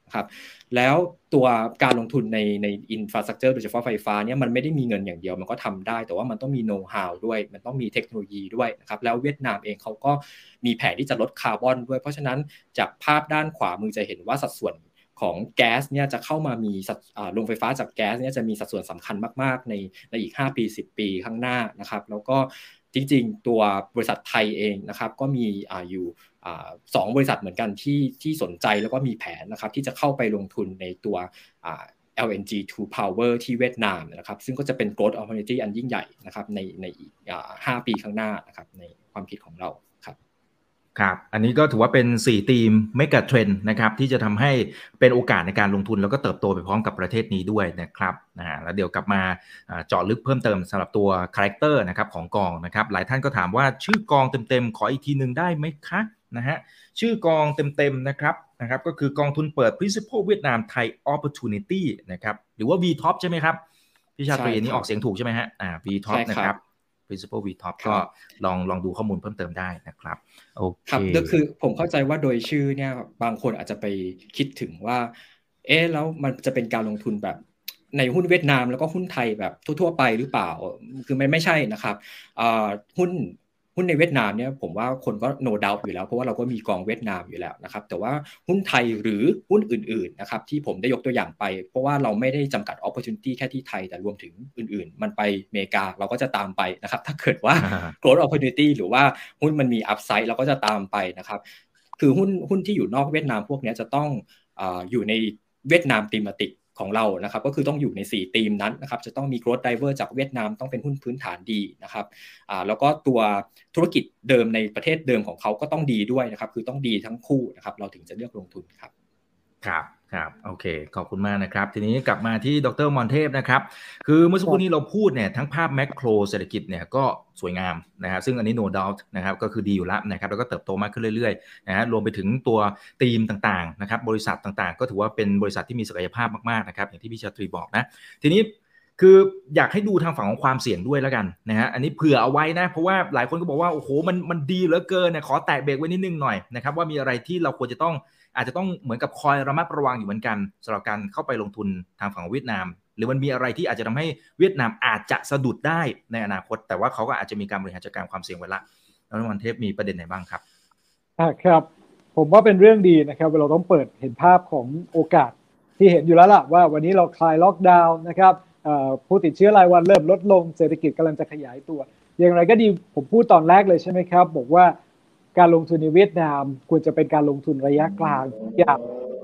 ครับแล้วตัวการลงทุนในในอินฟราสตรัคเจอร์โดยเฉพาะไฟฟ้าเนี่ยมันไม่ได้มีเงินอย่างเดียวมันก็ทำได้แต่ว่ามันต้องมีโน้ตฮาวด้วยมันต้องมีเทคโนโลยีด้วยนะครับแล้วเวียดนามเองเขาก็มีแผนที่จะลดคาร์บอนด้วยเพราะฉะนั้นจากภาพด้านขวามือจะเห็นว่าสัดส่วนของแก๊สเนี่ยจะเข้ามามีสัดโรงไฟฟ้าจากแก๊สเนี่ยจะมีสัดส่วนสำคัญมากๆในในอีกห้าปีสิบปีข้างหน้านะครับแล้วก็จริงๆตัวบริษัทไทยเองนะครับก็มีอ่าอยู่อ่าสองบริษัทเหมือนกันที่ที่สนใจแล้วก็มีแผนนะครับที่จะเข้าไปลงทุนในตัวอ่า แอล เอ็น จี ทู Power ที่เวียดนามนะครับซึ่งก็จะเป็น growth opportunity อันยิ่งใหญ่นะครับในในอีกอ่าห้าปีข้างหน้านะครับในความคิดของเราครับครับอันนี้ก็ถือว่าเป็นสี่ธีมเมกะเทรนด์นะครับที่จะทำให้เป็นโอกาสในการลงทุนแล้วก็เติบโตไปพร้อมกับประเทศนี้ด้วยนะครับนะฮะแล้วเดี๋ยวกลับมาเจาะลึกเพิ่มเติมสำหรับตัวคาแรคเตอร์นะครับของกองนะครับหลายท่านก็ถามว่าชื่อกองเต็มๆขออีกทีนึงได้ไหมคะนะฮะชื่อกองเต็มๆนะครับนะครับก็คือกองทุนเปิด Principal เวียดนาม Thai Opportunity นะครับหรือว่า วี ท็อป ใช่ไหมครับพี่ชาตรีนี่ออกเสียงถูกใช่ไหมฮะอ่า วี ท็อป นะครับPrincipal วี ท็อป ก็ลองลองดูข้อมูลเพิ่มเติมได้นะครับโอเคครับก็คือผมเข้าใจว่าโดยชื่อเนี่ยบางคนอาจจะไปคิดถึงว่าเอ๊ะแล้วมันจะเป็นการลงทุนแบบในหุ้นเวียดนามแล้วก็หุ้นไทยแบบทั่วๆไปหรือเปล่าคือไม่ไม่ใช่นะครับอ่าหุ้นหุ้นในเวียดนามเนี่ยผมว่าคนก็ no doubt อยู่แล้วเพราะว่าเราก็มีกองเวียดนามอยู่แล้วนะครับแต่ว่าหุ้นไทยหรือหุ้นอื่นๆนะครับที่ผมได้ยกตัวอย่างไปเพราะว่าเราไม่ได้จำกัด opportunity แค่ที่ไทยแต่รวมถึงอื่นๆมันไปอเมริกาเราก็จะตามไปนะครับถ้าเกิดว่า growth opportunity หรือว่าหุ้นมันมี upside เราก็จะตามไปนะครับคือหุ้นหุ้นที่อยู่นอกเวียดนามพวกนี้จะต้องอ่าอยู่ในเวียดนาม thematicของเรานะครับก็คือต้องอยู่ในสี่ธีมนั้นนะครับจะต้องมี growth driver จากเวียดนามต้องเป็นหุ้นพื้นฐานดีนะครับอ่าแล้วก็ตัวธุรกิจเดิมในประเทศเดิมของเขาก็ต้องดีด้วยนะครับคือต้องดีทั้งคู่นะครับเราถึงจะเลือกลงทุนครับครับครับโอเคขอบคุณมากนะครับทีนี้กลับมาที่ดร.มรเทพนะครับคือเมื่อสักครู่นี้เราพูดเนี่ยทั้งภาพแมคโครเศรษฐกิจเนี่ยก็สวยงามนะครับซึ่งอันนี้ no doubt นะครับก็คือดีอยู่แล้วนะครับแล้วก็เติบโตมากขึ้นเรื่อยๆนะฮะรวมไปถึงตัวธีมต่างๆนะครับบริษัทต่างๆก็ถือว่าเป็นบริษัทที่มีศักยภาพมากๆนะครับอย่างที่พี่ชาตรีบอกนะทีนี้คืออยากให้ดูทางฝั่งของความเสี่ยงด้วยแล้วกันนะฮะอันนี้เผื่อเอาไว้นะเพราะว่าหลายคนก็บอกว่าโอ้โหมันมันดีเหลือเกินนะขอแตะเบรกไว้นิดนึงหน่อยนะครับว่ามีอะไรที่เราควรจะต้องอาจจะต้องเหมือนกับคอยระมัดระวังอยู่เหมือนกันสำหรับการเข้าไปลงทุนทางฝั่งเวียดนามหรือมันมีอะไรที่อาจจะทำให้เวียดนามอาจจะสะดุดได้ในอนาคตแต่ว่าเขาก็อาจจะมีการบริหารจัดการความเสี่ยงไว้ละแล้ววันเทพมีประเด็นไหนบ้างครับอ่าครับผมว่าเป็นเรื่องดีนะครับเราต้องเปิดเห็นภาพของโอกาสที่เห็นอยู่แล้วล่ะว่าวันนี้เราคลายล็อกดาวน์นะครับผู้ติดเชื้อรายวันเริ่มลดลงเศรษฐกิจกำลังจะขยายตัวอย่างไรก็ดีผมพูดตอนแรกเลยใช่ไหมครับบอกว่าการลงทุนในเวียดนามควรจะเป็นการลงทุนระยะกลางอย่าง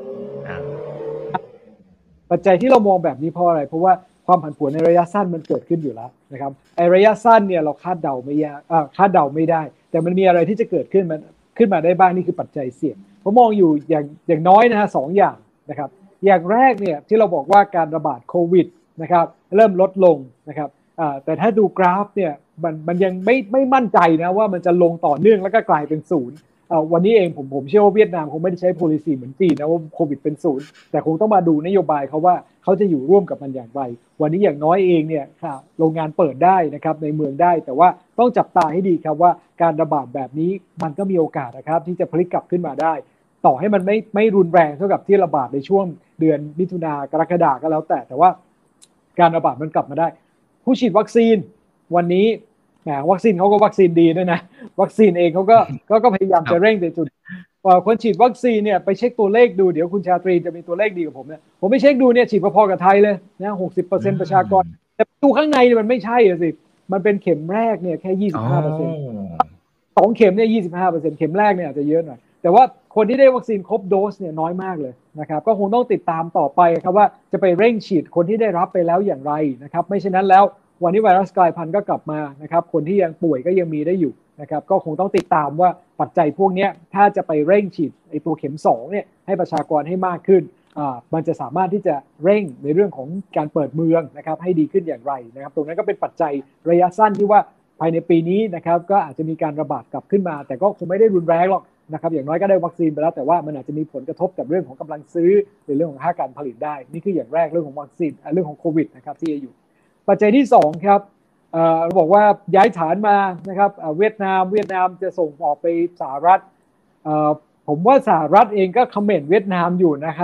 ปัจจัยที่เรามองแบบนี้เพราะอะไรเพราะว่าความผันผวนในระยะสั้นมันเกิดขึ้นอยู่แล้วนะครับไอระยะสั้นเนี่ยเราคาดเดาไม่ยากอ่าคาดเดาไม่ได้แต่มันมีอะไรที่จะเกิดขึ้นมันขึ้นมาได้บ้างนี่คือปัจจัยเสี่ยงผมมองอยู่อย่างอย่างน้อยนะฮะสองอย่างนะครับอย่างแรกเนี่ยที่เราบอกว่าการระบาดโควิดนะครับเริ่มลดลงนะครับอ่าแต่ถ้าดูกราฟเนี่ยมันมันยังไม่ไม่มั่นใจนะว่ามันจะลงต่อเนื่องแล้วก็กลายเป็นศูนย์วันนี้เองผมผมเชื่อว่าเวียดนามคงไม่ได้ใช้ policy เหมือนจีนนะว่าโควิดเป็นศูนย์แต่คงต้องมาดูนโยบายเขาว่าเขาจะอยู่ร่วมกับมันอย่างไรวันนี้อย่างน้อยเองเนี่ยโรงงานเปิดได้นะครับในเมืองได้แต่ว่าต้องจับตาให้ดีครับว่าการระบาดแบบนี้มันก็มีโอกาสนะครับที่จะพลิกกลับขึ้นมาได้ต่อให้มันไม่ไม่รุนแรงเท่ากับที่ระบาดในช่วงเดือนมิถุนากรกฎาก็แล้วแต่แต่ว่าการระบาดมันกลับมาได้ผู้ฉีดวัคซีนวันนี้แหมวัคซีนเขาก็วัคซีนดีด้วยนะวัคซีนเองเขาก็ก็พยายามจะเร่งในจุดคนฉีดวัคซีนเนี่ยไปเช็คตัวเลขดูเดี๋ยวคุณชาตรีจะมีตัวเลขดีกว่าผมเนี่ยผมไปเช็คดูเนี่ยฉีดพอๆกับไทยเลยนะหกสิบเปอร์เซ็นต์ประชากรแต่ดูข้างในมันไม่ใช่สิมันเป็นเข็มแรกเนี่ยแค่ยี่สิบห้าเปอร์เซ็นต์สองเข็มเนี่ยยี่สิบห้าเปอร์เซ็นต์เข็มแรกเนี่ยอาจจะเยอะหน่อยแต่ว่าคนที่ได้วัคซีนครบโดสเนี่ยน้อยมากเลยนะครับก็คงต้องติดตามต่อไปครับว่าจะไปเร่งฉีดคนที่ได้รับไปแล้วอย่างไรนะครับไม่เช่นนั้นแล้ววันนี้ไวรัสกลายพันธุ์ก็กลับมานะครับคนที่ยังป่วยก็ยังมีได้อยู่นะครับก็คงต้องติดตามว่าปัจจัยพวกนี้ถ้าจะไปเร่งฉีดไอตัวเข็มสองเนี่ยให้ประชากรให้มากขึ้นอ่ามันจะสามารถที่จะเร่งในเรื่องของการเปิดเมืองนะครับให้ดีขึ้นอย่างไรนะครับตรงนั้นก็เป็นปัจจัยระยะสั้นที่ว่าภายในปีนี้นะครับก็อาจจะมีการระบาดกลับขึ้นมาแต่ก็คงไม่ได้รุนแรงหรอกนะครับอย่างน้อยก็ได้วัคซีนไปแล้วแต่ว่ามันอาจจะมีผลกระทบกับเรื่องของกำลังซื้อหรือเรื่องของค่าการผลิตได้นี่คืออย่างแรกเรื่องของวัคซีนเรื่องของโควิดนะครับที่จะอยู่ปัจจัยที่สองครับเราบอกว่าย้ายฐานมานะครับเวียดนามเวียดนามจะส่งออกไปสหรัฐผมว่าสหรัฐเองก็คอมเมนต์เวียดนามอยู่นะครับ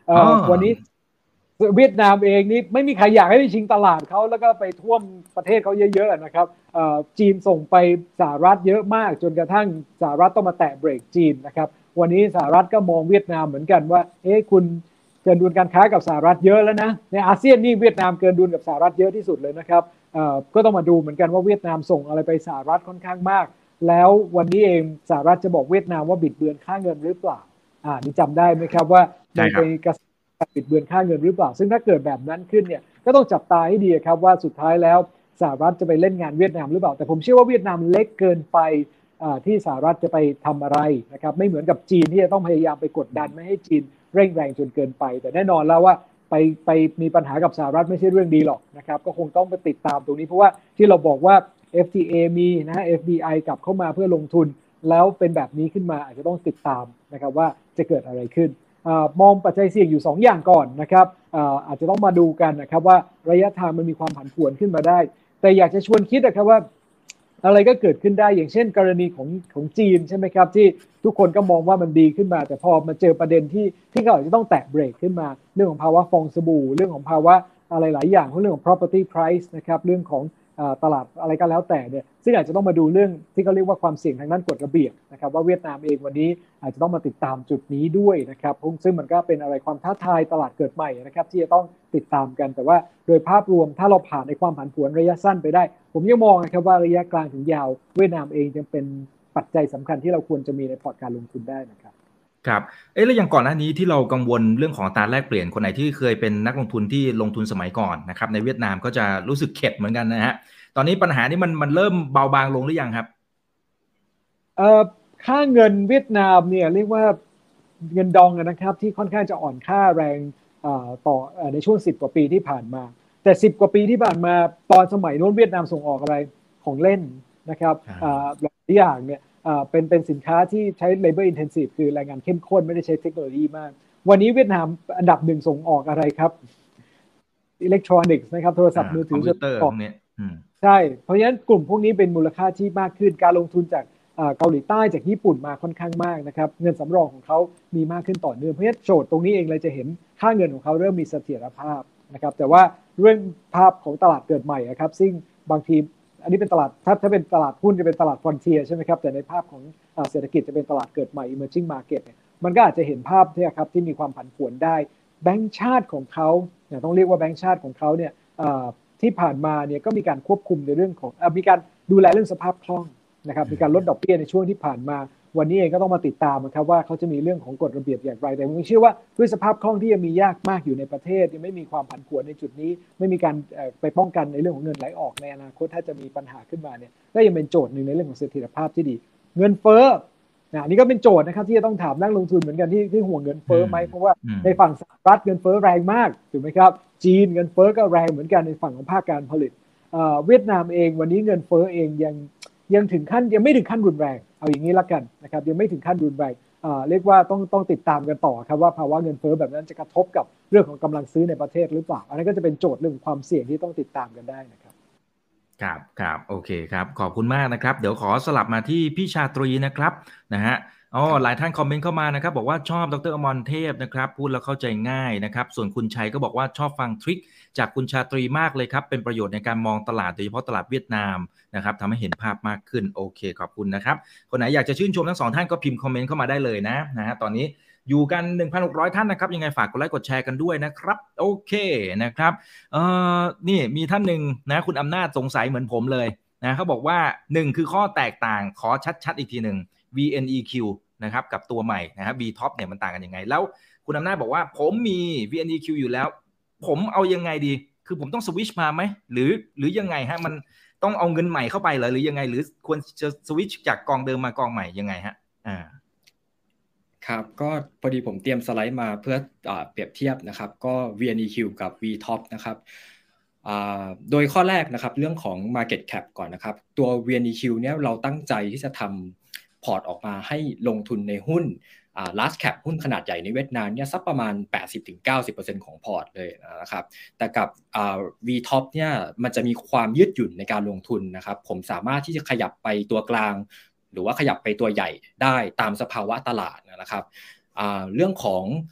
วันนี้เวียดนามเองนี่ไม่มีใครอยากให้ไปชิงตลาดเขาแล้วก็ไปท่วมประเทศเขาเยอะๆนะครับจีนส่งไปสหรัฐเยอะมากจนกระทั่งสหรัฐต้องมาแตะเบรกจีนนะครับวันนี้สหรัฐก็มองเวียดนามเหมือนกันว่าเอ๊ะคุณเกินดุลการค้ากับสหรัฐเยอะแล้วนะในอาเซียนนี่เวียดนามเกินดุลกับสหรัฐเยอะที่สุดเลยนะครับก็ต้องมาดูเหมือนกันว่าเวียดนามส่งอะไรไปสหรัฐค่อนข้างมากแล้ววันนี้เองสหรัฐจะบอกเวียดนามว่าบิดเบือนค่าเงินหรือเปล่าอ่านี่จำได้ไหมครับว่ามันเป็นกระแสบิดเบือนค่าเงินหรือเปล่าซึ่งถ้าเกิดแบบนั้นขึ้นเนี่ยก็ต้องจับตาให้ดีครับว่าสุดท้ายแล้วสหรัฐจะไปเล่นงานเวียดนามหรือเปล่าแต่ผมเชื่อว่าเวียดนามเล็กเกินไปที่สหรัฐจะไปทำอะไรนะครับไม่เหมือนกับจีนที่จะต้องพยายามไปกดดันไม่ให้จีนเร่งแรงจนเกินไปแต่แน่นอนแล้วว่าไปไปมีปัญหากับสหรัฐไม่ใช่เรื่องดีหรอกนะครับก็คงต้องไปติดตามตรงนี้เพราะว่าที่เราบอกว่า เอฟ ที เอ มีนะ เอฟ ดี ไอ กลับเข้ามาเพื่อลงทุนแล้วเป็นแบบนี้ขึ้นมาอาจจะต้องติดตามนะครับว่าจะเกิดอะไรขึ้นมองปัจจัยเสี่ยงอยู่สองอย่างก่อนนะครับอาจจะต้องมาดูกันนะครับว่าระยะทางมันมีความผันผวนขึ้นมาได้แต่อยากจะชวนคิดนะครับว่าอะไรก็เกิดขึ้นได้อย่างเช่นกรณีของของจีนใช่ไหมครับที่ทุกคนก็มองว่ามันดีขึ้นมาแต่พอมาเจอประเด็นที่ที่เขาอาจจะต้องแตะเบรกขึ้นมาเรื่องของภาวะฟองสบู่เรื่องของภาวะอะไรหลายอย่างเรื่องของ property price นะครับเรื่องของตลาดอะไรก็แล้วแต่เนี่ยซึ่งอาจจะต้องมาดูเรื่องที่เขาเรียกว่าความเสี่ยงทางด้านกฎระเบียบนะครับว่าเวียดนามเองวันนี้อาจจะต้องมาติดตามจุดนี้ด้วยนะครับซึ่งมันก็เป็นอะไรความท้าทายตลาดเกิดใหม่นะครับที่จะต้องติดตามกันแต่ว่าโดยภาพรวมถ้าเราผ่านในความผันผวนระยะสั้นไปได้ผมยังมองนะครับว่าระยะกลางถึงยาวเวียดนามเองยังเป็นปัจจัยสำคัญที่เราควรจะมีในพอร์ตการลงทุนได้นะครับครับเอ๊ะแล้วอย่างก่อนหน้านี้ที่เรากังวลเรื่องของอัตราแลกเปลี่ยนคนไหนที่เคยเป็นนักลงทุนที่ลงทุนสมัยก่อนนะครับในเวียดนามก็จะรู้สึกเข็ดเหมือนกันนะฮะตอนนี้ปัญหานี้มันมันเริ่มเบาบางลงหรือยังครับเอ่อค่าเงินเวียดนามเนี่ยเรียกว่าเงินดองนะครับที่ค่อนข้างจะอ่อนค่าแรงต่อในช่วงสิบกว่าปีที่ผ่านมาแต่สิบกว่าปีที่ผ่านมาตอนสมัยโน้นเวียดนามส่งออกอะไรของเล่นนะครับหลายอย่างเนี่ยเป็นเป็นสินค้าที่ใช้ labor intensive คือแรงงานเข้มข้นไม่ได้ใช้เทคโนโลยีมากวันนี้เวียดนามอันดับหนึ่งส่งออกอะไรครับอิเล็กทรอนิกส์นะครับโทรศัพท์มือถือคอมพิวเตอร์พวกนี้ใช่เพราะฉะนั้นกลุ่มพวกนี้เป็นมูลค่าที่มากขึ้นการลงทุนจากเกาหลีใต้จากญี่ปุ่นมาค่อนข้างมากนะครับเงินสำรองของเขามีมากขึ้นต่อเนื่องเพราะฉะนั้นโจทย์ตรงนี้เองเลยจะเห็นค่าเงินของเขาเริ่มมีเสถียรภาพนะครับแต่ว่าเรื่องภาพของตลาดเกิดใหม่ครับซึ่งบางทีอันนี้เป็นตลาดถ้าถ้าเป็นตลาดหุ้นจะเป็นตลาดฟรอนเทียร์ใช่ไหมครับแต่ในภาพของเศรษฐกิจจะเป็นตลาดเกิดใหม่ emerging market เนี่ยมันก็อาจจะเห็นภาพที่ครับที่มีความผันผวนได้แบงก์ชาติของเขาเนี่ยต้องเรียกว่าแบงก์ชาติของเขาเนี่ยที่ผ่านมาเนี่ยก็มีการควบคุมในเรื่องของมีการดูแลเรื่องสภาพคล่องนะครับมีการลดดอกเบี้ยในช่วงที่ผ่านมาวันนี้เองก็ต้องมาติดตามนะครับว่าเขาจะมีเรื่องของกฎระเบียบอย่างไรแต่ผมเชื่อว่าด้วยสภาพคล่องที่ยังมียากมากอยู่ในประเทศยังไม่มีความผันผวนในจุดนี้ไม่มีการไปป้องกันในเรื่องของเงินไหลออกในอนาคตถ้าจะมีปัญหาขึ้นมาเนี่ยก็ยังเป็นโจทย์หนึ่งในเรื่องของเสถียรภาพที่ดีเงินเฟ้อนะนี่ก็เป็นโจทย์นะครับที่จะต้องถามนักลงทุนเหมือนกันที่ที่ห่วงเงินเฟ้อไหมเพราะว่าในฝั่งสหรัฐเงินเฟ้อแรงมากถูกไหมครับจีนเงินเฟ้อก็แรงเหมือนกันในฝั่งของภาคการผลิตเวียดนามเองวันนี้เงินเฟ้อเองยังยังถึงขั้นยังไม่ถึงขั้นรุนแรงเอาอย่างนี้ละกันนะครับยังไม่ถึงขั้นรุนแรงเรียกว่าต้องต้องติดตามกันต่อครับว่าภาวะเงินเฟ้อแบบนั้นจะกระทบกับเรื่องของกำลังซื้อในประเทศหรือเปล่าอันนั้นก็จะเป็นโจทย์เรื่องความเสี่ยงที่ต้องติดตามกันได้นะครับครับครับโอเคครับขอบคุณมากนะครับเดี๋ยวขอสลับมาที่พี่ชาตรีนะครับนะฮะอ๋อหลายท่านคอมเมนต์เข้ามานะครับบอกว่าชอบดร.อมรเทพนะครับพูดแล้วเข้าใจง่ายนะครับส่วนคุณชัยก็บอกว่าชอบฟังทริคจากคุณชาตรีมากเลยครับเป็นประโยชน์ในการมองตลาดโดยเฉพาะตลาดเวียดนามนะครับทำให้เห็นภาพมากขึ้นโอเคขอบคุณนะครับคนไหนอยากจะชื่นชมทั้งสองท่านก็พิมพ์คอมเมนต์เข้ามาได้เลยนะนะฮะตอนนี้อยู่กัน หนึ่งพันหกร้อย ท่านนะครับยังไงฝากกดไลค์กดแชร์กันด้วยนะครับโอเคนะครับเอ่อนี่มีท่านหนึ่งนะคุณอำนาจสงสัยเหมือนผมเลยนะเขาบอกว่าหนึ่งคือข้อแตกต่างขอชัดๆอีกทีหนึ่ง วี เอ็น อี คิว นะครับกับตัวใหม่นะครับ V Top เนี่ยมันต่างกันยังไงแล้วคุณอำนาจบอกว่าผมมี วี เอ็น อี คิว อยู่แล้วผมเอายังไงดีคือผมต้องสวิชมาไหมหรือหรือยังไงฮะมันต้องเอาเงินใหม่เข้าไปเหรอหรือยังไงหรือควรจะสวิชจากกองเดิมมากองใหม่ยังไงฮะอ่าครับก็พอดีผมเตรียมสไลด์มาเพื่อเปรียบเทียบนะครับก็ วี เอ็น อี คิว กับ V Top นะครับโดยข้อแรกนะครับเรื่องของ Market Cap ก่อนนะครับตัว วี เอ็น อี คิว เนี่ยเราตั้งใจที่จะทำพอร์ตออกมาให้ลงทุนในหุ้น large cap หุ้นขนาดใหญ่ในเวียดนามเนี่ยสักประมาณ แปดสิบถึงเก้าสิบเปอร์เซ็นต์ ของพอร์ตเลยนะครับแต่กับ V Top เนี่ยมันจะมีความยืดหยุ่นในการลงทุนนะครับผมสามารถที่จะขยับไปตัวกลางหรือว่าขยับไปตัวใหญ่ได้ตามสภาวะตลาดนะครับเรื่องของ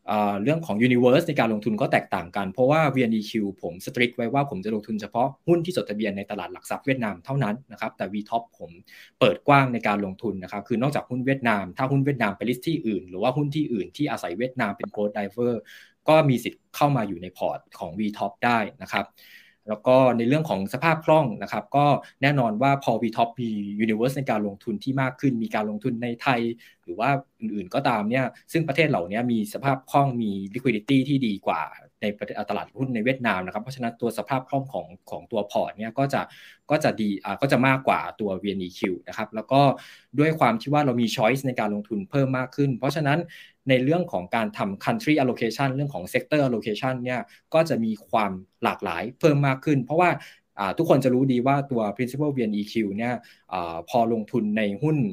เรื่องของ universe ในการลงทุนก็แตกต่างกันเพราะว่า วี เอ็น อี คิว ผม strict ไว้ว่าผมจะลงทุนเฉพาะหุ้นที่จดทะเบียนในตลาดหลักทรัพย์เวียดนามเท่านั้นนะครับแต่ วี ท็อป ผมเปิดกว้างในการลงทุนนะครับคือนอกจากหุ้นเวียดนามถ้าหุ้นเวียดนามไป list ที่อื่นหรือว่าหุ้นที่อื่นที่อาศัยเวียดนามเป็น growth driver ก็มีสิทธิ์เข้ามาอยู่ในพอร์ตของ วี ท็อป ได้นะครับแล้วก็ในเรื่องของสภาพคล่องนะครับก็แน่นอนว่าพอ วี ท็อป มี universe ในการลงทุนที่มากขึ้นมีการลงทุนในไทยหรือว่าอื่นๆก็ตามเนี่ยซึ่งประเทศเหล่านี้มีสภาพคล่องมี liquidity ที่ดีกว่าในตลาดหุ้นในเวียดนามนะครับเพราะฉะนั้นตัวสภาพคล่องของของตัวพอร์ตเนี่ยก็จะก็จะดีอ่าก็จะมากกว่าตัว วี เอ็น อี คิว นะครับแล้วก็ด้วยความที่ว่าเรามี choice ในการลงทุนเพิ่มมากขึ้นเพราะฉะนั้นในเรื่องของการทำ country allocation เรื่องของ sector allocation เนี่ยก็จะมีความหลากหลายเพิ่มมากขึ้นเพราะว่าทุกคนจะรู้ดีว่าตัว principal วี เอ็น อี คิว เนี่ยพอลงทุนในหุ้น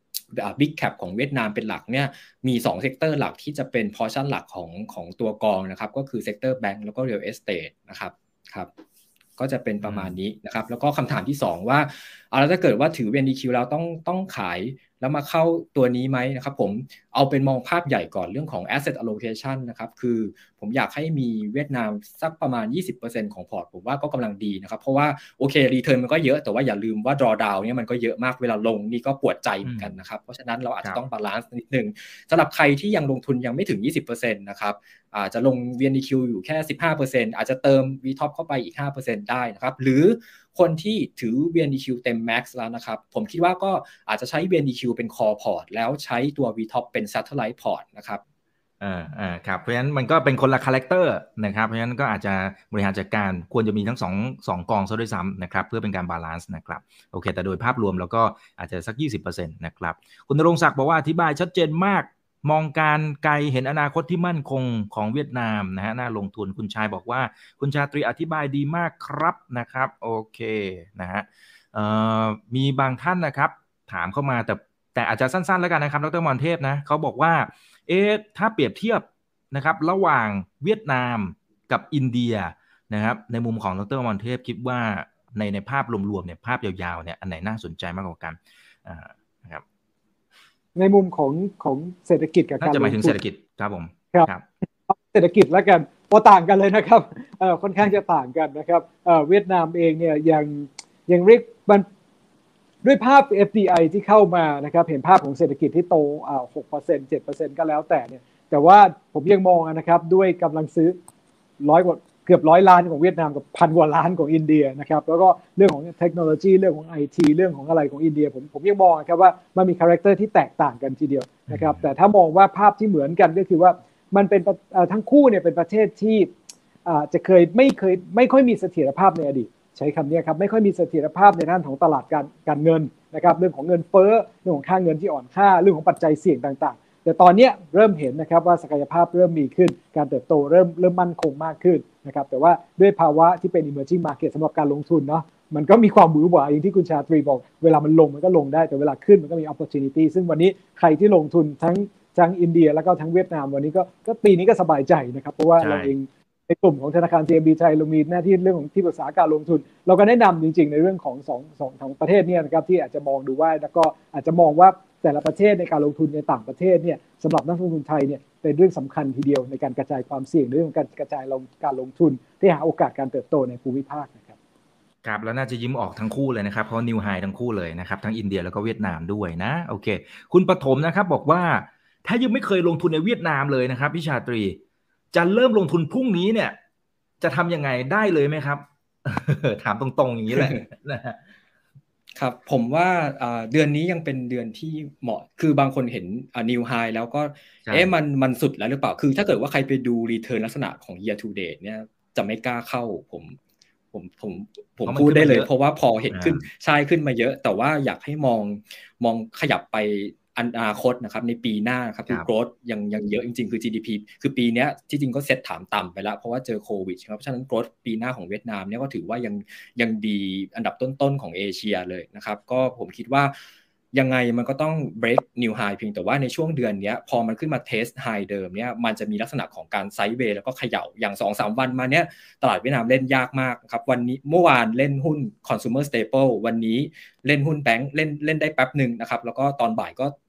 Big Cap ของเวียดนามเป็นหลักเนี่ยมีสองเซกเตอร์หลักที่จะเป็น portion หลักของของตัวกองนะครับก็คือเซกเตอร์แบงก์แล้วก็ real estate นะครับครับก็จะเป็นประมาณนี้นะครับแล้วก็คำถามที่สองว่าเอาแล้วถ้าเกิดว่าถือ วี เอ็น อี คิว แล้วต้องต้องขายแล้วมาเข้าตัวนี้ไหมนะครับผมเอาเป็นมองภาพใหญ่ก่อนเรื่องของ asset allocation นะครับคือผมอยากให้มีเวียดนามสักประมาณ ยี่สิบเปอร์เซ็นต์ ของพอร์ตผมว่าก็กำลังดีนะครับเพราะว่าโอเค return มันก็เยอะแต่ว่าอย่าลืมว่า drawdown เนี่ยมันก็เยอะมากเวลาลงนี่ก็ปวดใจเหมือนกันนะครับเพราะฉะนั้นเราอาจจะต้อง balance นิดนึงสำหรับใครที่ยังลงทุนยังไม่ถึง ยี่สิบเปอร์เซ็นต์ นะครับอาจจะลง วี เอ็น อี คิว อยู่แค่ สิบห้าเปอร์เซ็นต์ อาจจะเติม วี ท็อป เข้าไปอีก ห้าเปอร์เซ็นต์ ได้นะครับหรือคนที่ถือ วี เอ็น อี คิว เต็ม max แล้วนะครับผมคิดว่าก็อาจจะใช้ วี เอ็น อี คิว เป็น core port แล้วใช้ตัว วี ท็อป เป็น satellite port นะครับอ่าอ่าครับเพราะฉะนั้นมันก็เป็นคนละคาแรคเตอร์นะครับเพราะฉะนั้นก็อาจจะบริหารจัดการควรจะมีทั้งสองสองกองซะด้วยซ้ำนะครับเพื่อเป็นการบาลานซ์นะครับโอเคแต่โดยภาพรวมเราก็อาจจะสัก ยี่สิบเปอร์เซ็นต์ นะครับคุณณรงค์ศักดิ์บอกว่าอธิบายชัดเจนมากมองการไกลเห็นอนาคตที่มั่นคงของเวียดนามนะฮะน่าลงทุนคุณชายบอกว่าคุณชาตรีอธิบายดีมากครับนะครับโอเคนะฮะเอ่อมีบางท่านนะครับถามเข้ามาแต่แต่อาจจะสั้นๆแล้วกันนะครับดร.มรเทพนะเขาบอกว่าเอ๊ะถ้าเปรียบเทียบนะครับระหว่างเวียดนามกับอินเดียนะครับในมุมของดร.มรเทพคิดว่าในในภาพรวมๆเนี่ยภาพยาวๆเนี่ยอันไหนน่าสนใจมากกว่ากันนะครับในมุมของของเศรษฐกิจกับการลงทุนน่าจะหมายถึงเศรษฐกิจครับผมครับเศรษฐกิจแล้วกันพอต่างกันเลยนะครับเอ่อค่อนข้างจะต่างกันนะครับเอ่อเวียดนามเองเนี่ยยังยังเรียกมันด้วยภาพ เอฟ ดี ไอ ที่เข้ามานะครับเห็นภาพของเศรษฐกิจที่โตอ่า หกเปอร์เซ็นต์ เจ็ดเปอร์เซ็นต์ ก็แล้วแต่เนี่ยแต่ว่าผมยังมองนะครับด้วยกำลังซื้อร้อยกว่าเกือบร้อยล้านของเวียดนามกับพันกว่าล้านของอินเดียนะครับแล้วก็เรื่องของเทคโนโลยีเรื่องของ ไอ ที เรื่องของอะไรของอินเดียผมผมยังมองนะครับว่ามันมีคาแรคเตอร์ที่แตกต่างกันทีเดียวนะครับแต่ถ้ามองว่าภาพที่เหมือนกันก็คือว่ามันเป็นทั้งคู่เนี่ยเป็นประเทศที่จะเคยไม่เคยไม่ค่อยมีเสถียรภาพในอดีตใช้คำนี้ครับไม่ค่อยมีเสถียรภาพในด้านของตลาดการการเงินนะครับเรื่องของเงินเฟ้อเรื่องของค่าเงินที่อ่อนค่าเรื่องของปัจจัยเสี่ยงต่างๆแต่ตอนนี้เริ่มเห็นนะครับว่าศักยภาพเริ่มมีขึ้นการเติบโตเริ่มเริ่มมั่นคงมากขึ้นนะครับแต่ว่าด้วยภาวะที่เป็น emerging market สำหรับการลงทุนเนาะมันก็มีความหวือหวาอย่างที่คุณชาตรีบอกเวลามันลงมันก็ลงได้แต่เวลาขึ้นมันก็มี opportunity ซึ่งวันนี้ใครที่ลงทุนทั้งทั้งอินเดียแล้วก็ทั้งเวียดนามวันนี้ก็ก็ปีนี้ก็สบายใจนะครับเพราะว่าเราเองในกลุ่มของธนาคาร ซี เอ็ม บี ไทยเรามีหน้าที่เรื่องของที่ปรึกษาการลงทุนเราก็แนะนำจริงๆในเรื่องของสองสองของประเทศเนี่ยนะครับที่อาจจะมองดูว่าแล้วก็อาจจะมองว่าแต่ละประเทศในการลงทุนในต่างประเทศเนี่ยสำหรับนักลงทุนไทยเนี่ยเป็นเรื่องสำคัญทีเดียวในการกระจายความเสี่ยงเรื่องของการกระจายการลงทุนที่หาโอกาสการเติบโตในภูมิภาคนะครับครับแล้วน่าจะยิ้มออกทั้งคู่เลยนะครับเพราะนิวไฮทั้งคู่เลยนะครับทั้งอินเดียแล้วก็เวียดนามด้วยนะโอเคคุณปฐมนะครับบอกว่าถ้ายังไม่เคยลงทุนในเวียดนามเลยนะครับพี่ชาตรีจะเริ่มลงทุนพรุ่งนี้เนี่ยจะทำยังไงได้เลยไหมครับ ถามตรงๆอย่างนี้แหละครับผมว่าเดือนนี้ยังเป็นเดือนที่เหมาะคือบางคนเห็นนิวไฮแล้วก็เอ๊ะมันมันสุดแล้วหรือเปล่าคือถ้าเกิดว่าใครไปดูรีเทิร์นลักษณะของ year to date เนี่ยจะไม่กล้าเข้าผมผมผมผมพูดได้เลยเพราะว่าพอเห็นขึ้นใช่ขึ้นมาเยอะแต่ว่าอยากให้มองมองขยับไปอนาคตนะครับในปีหน้าครับคือ growth ยังยังเยอะจริงๆคือ จี ดี พี คือปีนี้ที่จริงก็เซตถามต่ำไปแล้วเพราะว่าเจอโควิดครับเพราะฉะนั้น growth ปีหน้าของเวียดนามเนี่ยก็ถือว่ายังยังดีอันดับต้นๆของเอเชียเลยนะครับก็ผมคิดว่ายังไงมันก็ต้อง break new high เพียงแต่ว่าในช่วงเดือนนี้พอมันขึ้นมา test high เดิมเนี่ยมันจะมีลักษณะของการไซด์เวย์แล้วก็เขย่าอย่าง สองสาม วันมาเนี้ยตลาดเวียดนามเล่นยากมากครับวันนี้เมื่อวานเล่นหุ้น consumer staple วันนี้เล่นหุ้นแบงค์เล่นเล่นได้แป๊บนึงนะครับแล้วก็ตอนบ่ายก็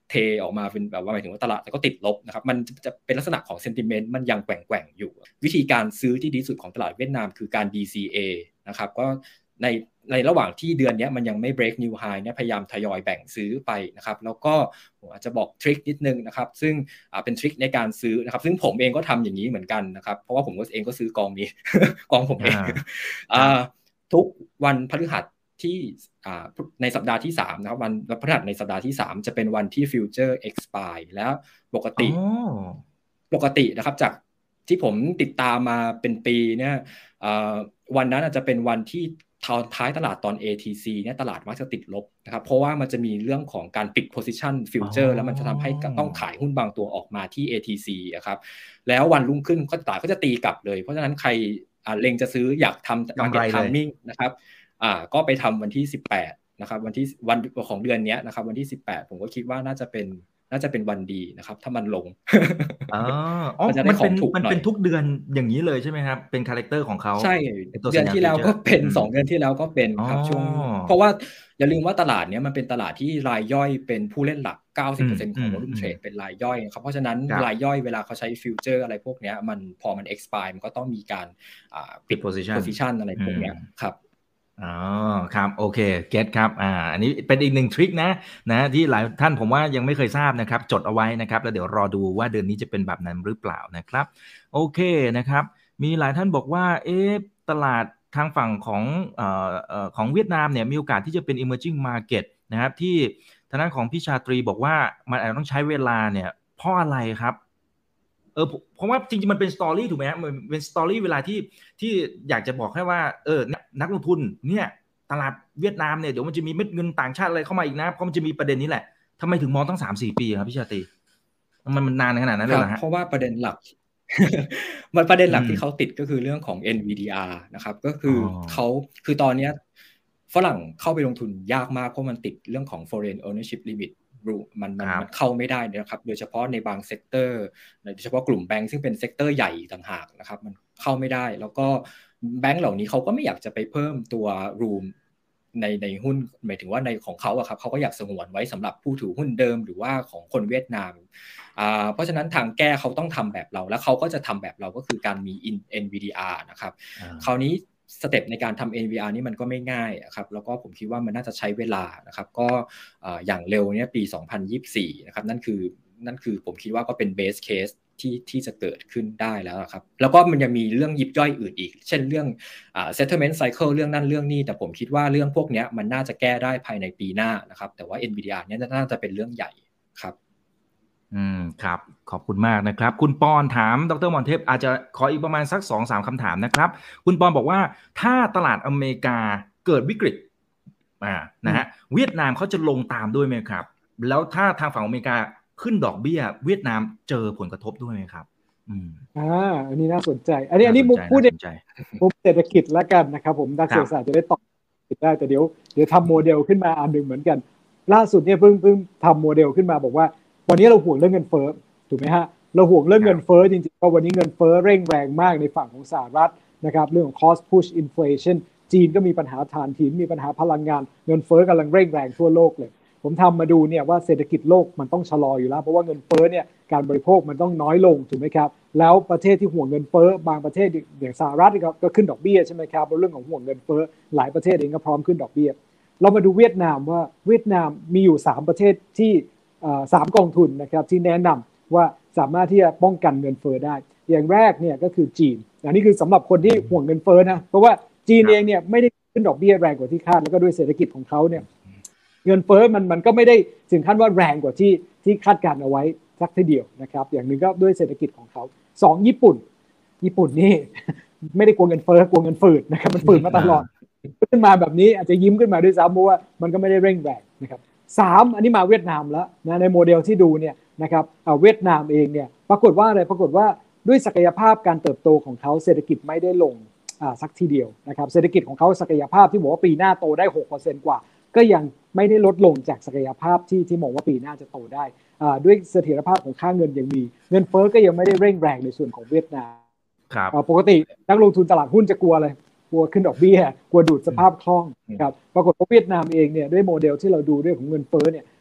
เทออกมาเป็นแบบว่าหมายถึงว่าตลาดก็ติดลบนะครับมันจะเป็นลักษณะของ sentiment มันยังแกว่งๆอยู่วิธีการซื้อที่ดีสุดของตลาดเวียดนามคือการ ดี ซี เอ นะครับก็ในในระหว่างที่เดือนนี้มันยังไม่ break new high เนี่ยพยายามทยอยแบ่งซื้อไปนะครับแล้วก็ผมอาจจะบอกทริคนิดนึงนะครับซึ่งเป็นทริคในการซื้อนะครับซึ่งผมเองก็ทำอย่างนี้เหมือนกันนะครับเพราะว่าผมก็เองก็ซื้อกองนี้ กองผมเองทุกวันพฤหัสที่ในสัปดาห์ที่สามนะครับวันพฤหัสในสัปดาห์ที่สามจะเป็นวันที่ future expire แล้วปกติปกตินะครับจากที่ผมติดตามมาเป็นปีเนี่ยวันนั้นอาจจะเป็นวันที่ท้ายตลาดตอน เอ ที ซี เนี่ยตลาดมักจะติดลบนะครับเพราะว่ามันจะมีเรื่องของการปิด position future แล้วมันจะทำให้ต้องขายหุ้นบางตัวออกมาที่ เอ ที ซี นะครับแล้ววันรุ่งขึ้นก็ตลาดก็จะตีกลับเลยเพราะฉะนั้นใครเล็งจะซื้ออยากทำ market timing นะครับอ่าก็ไปทำวันที่สิบแปดนะครับวันที่วันของเดือนนี้นะครับวันที่สิบแปดผมก็คิดว่าน่าจะเป็นน่าจะเป็นวันดีนะครับถ้ามันลงอ๋ออ๋อมันเป็นมันเป็นทุกเดือนอย่างนี้เลยใช่ไหมครับเป็นคาแรคเตอร์ของเขาใช่เดือนที่แล้วก็เป็นสองเดือนที่แล้วก็เป็นครับช่วงเพราะว่าอย่าลืมว่าตลาดเนี้ยมันเป็นตลาดที่รายย่อยเป็นผู้เล่นหลัก เก้าสิบเปอร์เซ็นต์ ของวอลุ่มเทรดเป็นรายย่อยครับเพราะฉะนั้นรายย่อยเวลาเขาใช้ฟิวเจอร์อะไรพวกเนี้ยมันพอมัน expire มันก็ต้องมีการอ่าปิด position position อะไรพวกเนี้ยครับอ๋อครับโอเคเก็ตครับอ่าอันนี้เป็นอีกหนึ่งทริคนะนะที่หลายท่านผมว่ายังไม่เคยทราบนะครับจดเอาไว้นะครับแล้วเดี๋ยวรอดูว่าเดือนนี้จะเป็นแบบนั้นหรือเปล่านะครับโอเคนะครับมีหลายท่านบอกว่าเอ๊ะตลาดทางฝั่งของเอ่อเอ่อของเวียดนามเนี่ยมีโอกาสที่จะเป็น emerging market นะครับที่ทางด้านของพี่ชาตรีบอกว่ามันอาจจะต้องใช้เวลาเนี่ยเพราะอะไรครับเออเพราะว่าจริงๆมันเป็นสตอรี่ถูกไหมครับมันเป็นสตอรี่เวลาที่ที่อยากจะบอกแค่ว่าเออนักลงทุนเนี่ยตลาดเวียดนามเนี่ยเดี๋ยวมันจะมีเม็ดเงินต่างชาติอะไรเข้ามาอีกนะเพราะมันจะมีประเด็นนี้แหละทำไมถึงมองตั้ง สามถึงสี่ ปีครับพี่ชาตรีมันมันนานขนาดนั้นเลยเหรอฮะเพราะว่าประเด็นหลัก มันประเด็นหลักที่เขาติดก็คือเรื่องของ เอ็น วี ดี อาร์ นะครับก็คือเขาคือตอนนี้ฝรั่งเข้าไปลงทุนยากมากเพราะมันติดเรื่องของ foreign ownership limitมันมันมันเข้าไม่ได้นะครับโดยเฉพาะในบางเซกเตอร์โดยเฉพาะกลุ่มแบงก์ซึ่งเป็นเซกเตอร์ใหญ่ต่างหากนะครับมันเข้าไม่ได้แล้วก็แบงก์เหล่านี้เขาก็ไม่อยากจะไปเพิ่มตัว room ในในหุ้นหมายถึงว่าในของเขาอะครับเขาก็อยากสงวนไว้สำหรับผู้ถือหุ้นเดิมหรือว่าของคนเวียดนามอ่าเพราะฉะนั้นทางแก้เขาต้องทำแบบเราแล้วเขาก็จะทำแบบเราก็คือการมี เอ็น วี ดี อาร์ นะครับคราวนี้สเต็ปในการทำ เอ็น วี อาร์ นี่มันก็ไม่ง่ายครับแล้วก็ผมคิดว่ามันน่าจะใช้เวลานะครับก็อย่างเร็วเนี่ยปีสองพันยี่สิบสี่นะครับนั่นคือนั่นคือผมคิดว่าก็เป็น base case ที่ที่จะเกิดขึ้นได้แล้วครับแล้วก็มันยังมีเรื่องยิบย่อยอื่นอีกเช่นเรื่องอ่า settlement cycle เรื่องนั่นเรื่องนี้แต่ผมคิดว่าเรื่องพวกนี้มันน่าจะแก้ได้ภายในปีหน้านะครับแต่ว่า เอ็น วี ดี อาร์ เนี่ยน่าจะเป็นเรื่องใหญ่ครับอืมครับขอบคุณมากนะครับคุณปอนถามดร.มอนเทพอาจจะขออีกประมาณสัก สองถึงสาม คำถามนะครับคุณปอนบอกว่าถ้าตลาดอเมริกาเกิดวิกฤตอ่านะฮะเวียดนามเขาจะลงตามด้วยไหมครับแล้วถ้าทางฝั่งอเมริกาขึ้นดอกเบี้ยเวียดนามเจอผลกระทบด้วยไหมครับอืมอ่าอันนี้น่าสนใจอันนี้อันนี้มุกพูดในมุกเศรษฐกิจแล้วกันนะครับผมนักเศรษฐศาสตร์จะได้ตอบได้แต่เดี๋ยวเดี๋ยวทำโมเดลขึ้นมาอันหนึ่งเหมือนกันล่าสุดเนี่ยเพิ่งเพิ่งทำโมเดลขึ้นมาบอกว่าวันนี้เราห่วงเรื่องเงินเฟ้อถูกไหมฮะเราห่วงเรื่องเงินเฟ้อจริงๆเพราะวันนี้เงินเฟ้อเร่งแรงมากในฝั่งของสหรัฐนะครับเรื่องของ cost push inflation จีนก็มีปัญหาถ่านหินมีปัญหาพลังงานเงินเฟ้อกำลังเร่งแรงทั่วโลกเลยผมทำมาดูเนี่ยว่าเศรษฐกิจโลกมันต้องชะลออยู่แล้วเพราะว่าเงินเฟ้อเนี่ยการบริโภคมันต้องน้อยลงถูกไหมครับแล้วประเทศที่ห่วงเงินเฟ้อบางประเทศอย่างสหรัฐก็ขึ้นดอกเบี้ยใช่ไหมครับเรื่องของห่วงเงินเฟ้อหลายประเทศเองก็พร้อมขึ้นดอกเบี้ยเรามาดูเวียดนามว่าเวียดนามมีอยู่สามประเทศที่สามกองทุนนะครับที่แนะนำว่าสามารถที่จะป้องกันเงินเฟ้อได้อย่างแรกเนี่ยก็คือจีนอันนี้คือสำหรับคนที่ห่วงเงินเฟ้อนะเพราะว่าจีนเองเนี่ยไม่ได้ขึ้นดอกเบี้ยแรงกว่าที่คาดแล้วก็ด้วยเศรษฐกิจของเขาเนี่ยเงินเฟ้อมันมันก็ไม่ได้ถึงขั้นว่าแรงกว่าที่ที่คาดการเอาไว้สักทีเดียวนะครับอย่างหนึ่งก็ด้วยเศรษฐกิจของเขาสองญี่ปุ่นญี่ปุ่นนี่ ไม่ได้กลัวเงินเฟ้อกลัวเงินฝืดนะครับมันฝืดมาตลอดขึ้นมาแบบนี้อาจจะยิ้มขึ้นมาด้วยซ้ำเพราะว่ามันก็ไม่ได้เร่งแรงนะครับสามอันนี้มาเวียดนามแล้วนะในโมเดลที่ดูเนี่ยนะครับเอาเวียดนามเองเนี่ยปรากฏว่าอะไรปรากฏว่าด้วยศักยภาพการเติบโตของเขาเศรษฐกิจไม่ได้ลงอ่าสักทีเดียวนะครับเศรษฐกิจของเขาศักยภาพที่บอกว่าปีหน้าโตได้ หกเปอร์เซ็นต์ กว่าก็ยังไม่ได้ลดลงจากศักยภาพที่ที่มองว่าปีหน้าจะโตได้อ่าด้วยเสถียรภาพของค่าเงินยังมีเงินเฟ้อก็ยังไม่ได้เร่งแรงในส่วนของเวียดนามครับปกตินักลงทุนตลาดหุ้นจะกลัวอะไรกลัวขึ้นดอกเบี้ยกลัวดูดสภาพคล่องครับปรากฏว่าเวียดนามเองเนี่ยด้วยโมเดลที่เราดูเรื่องของเงินเฟ้อเนี่ย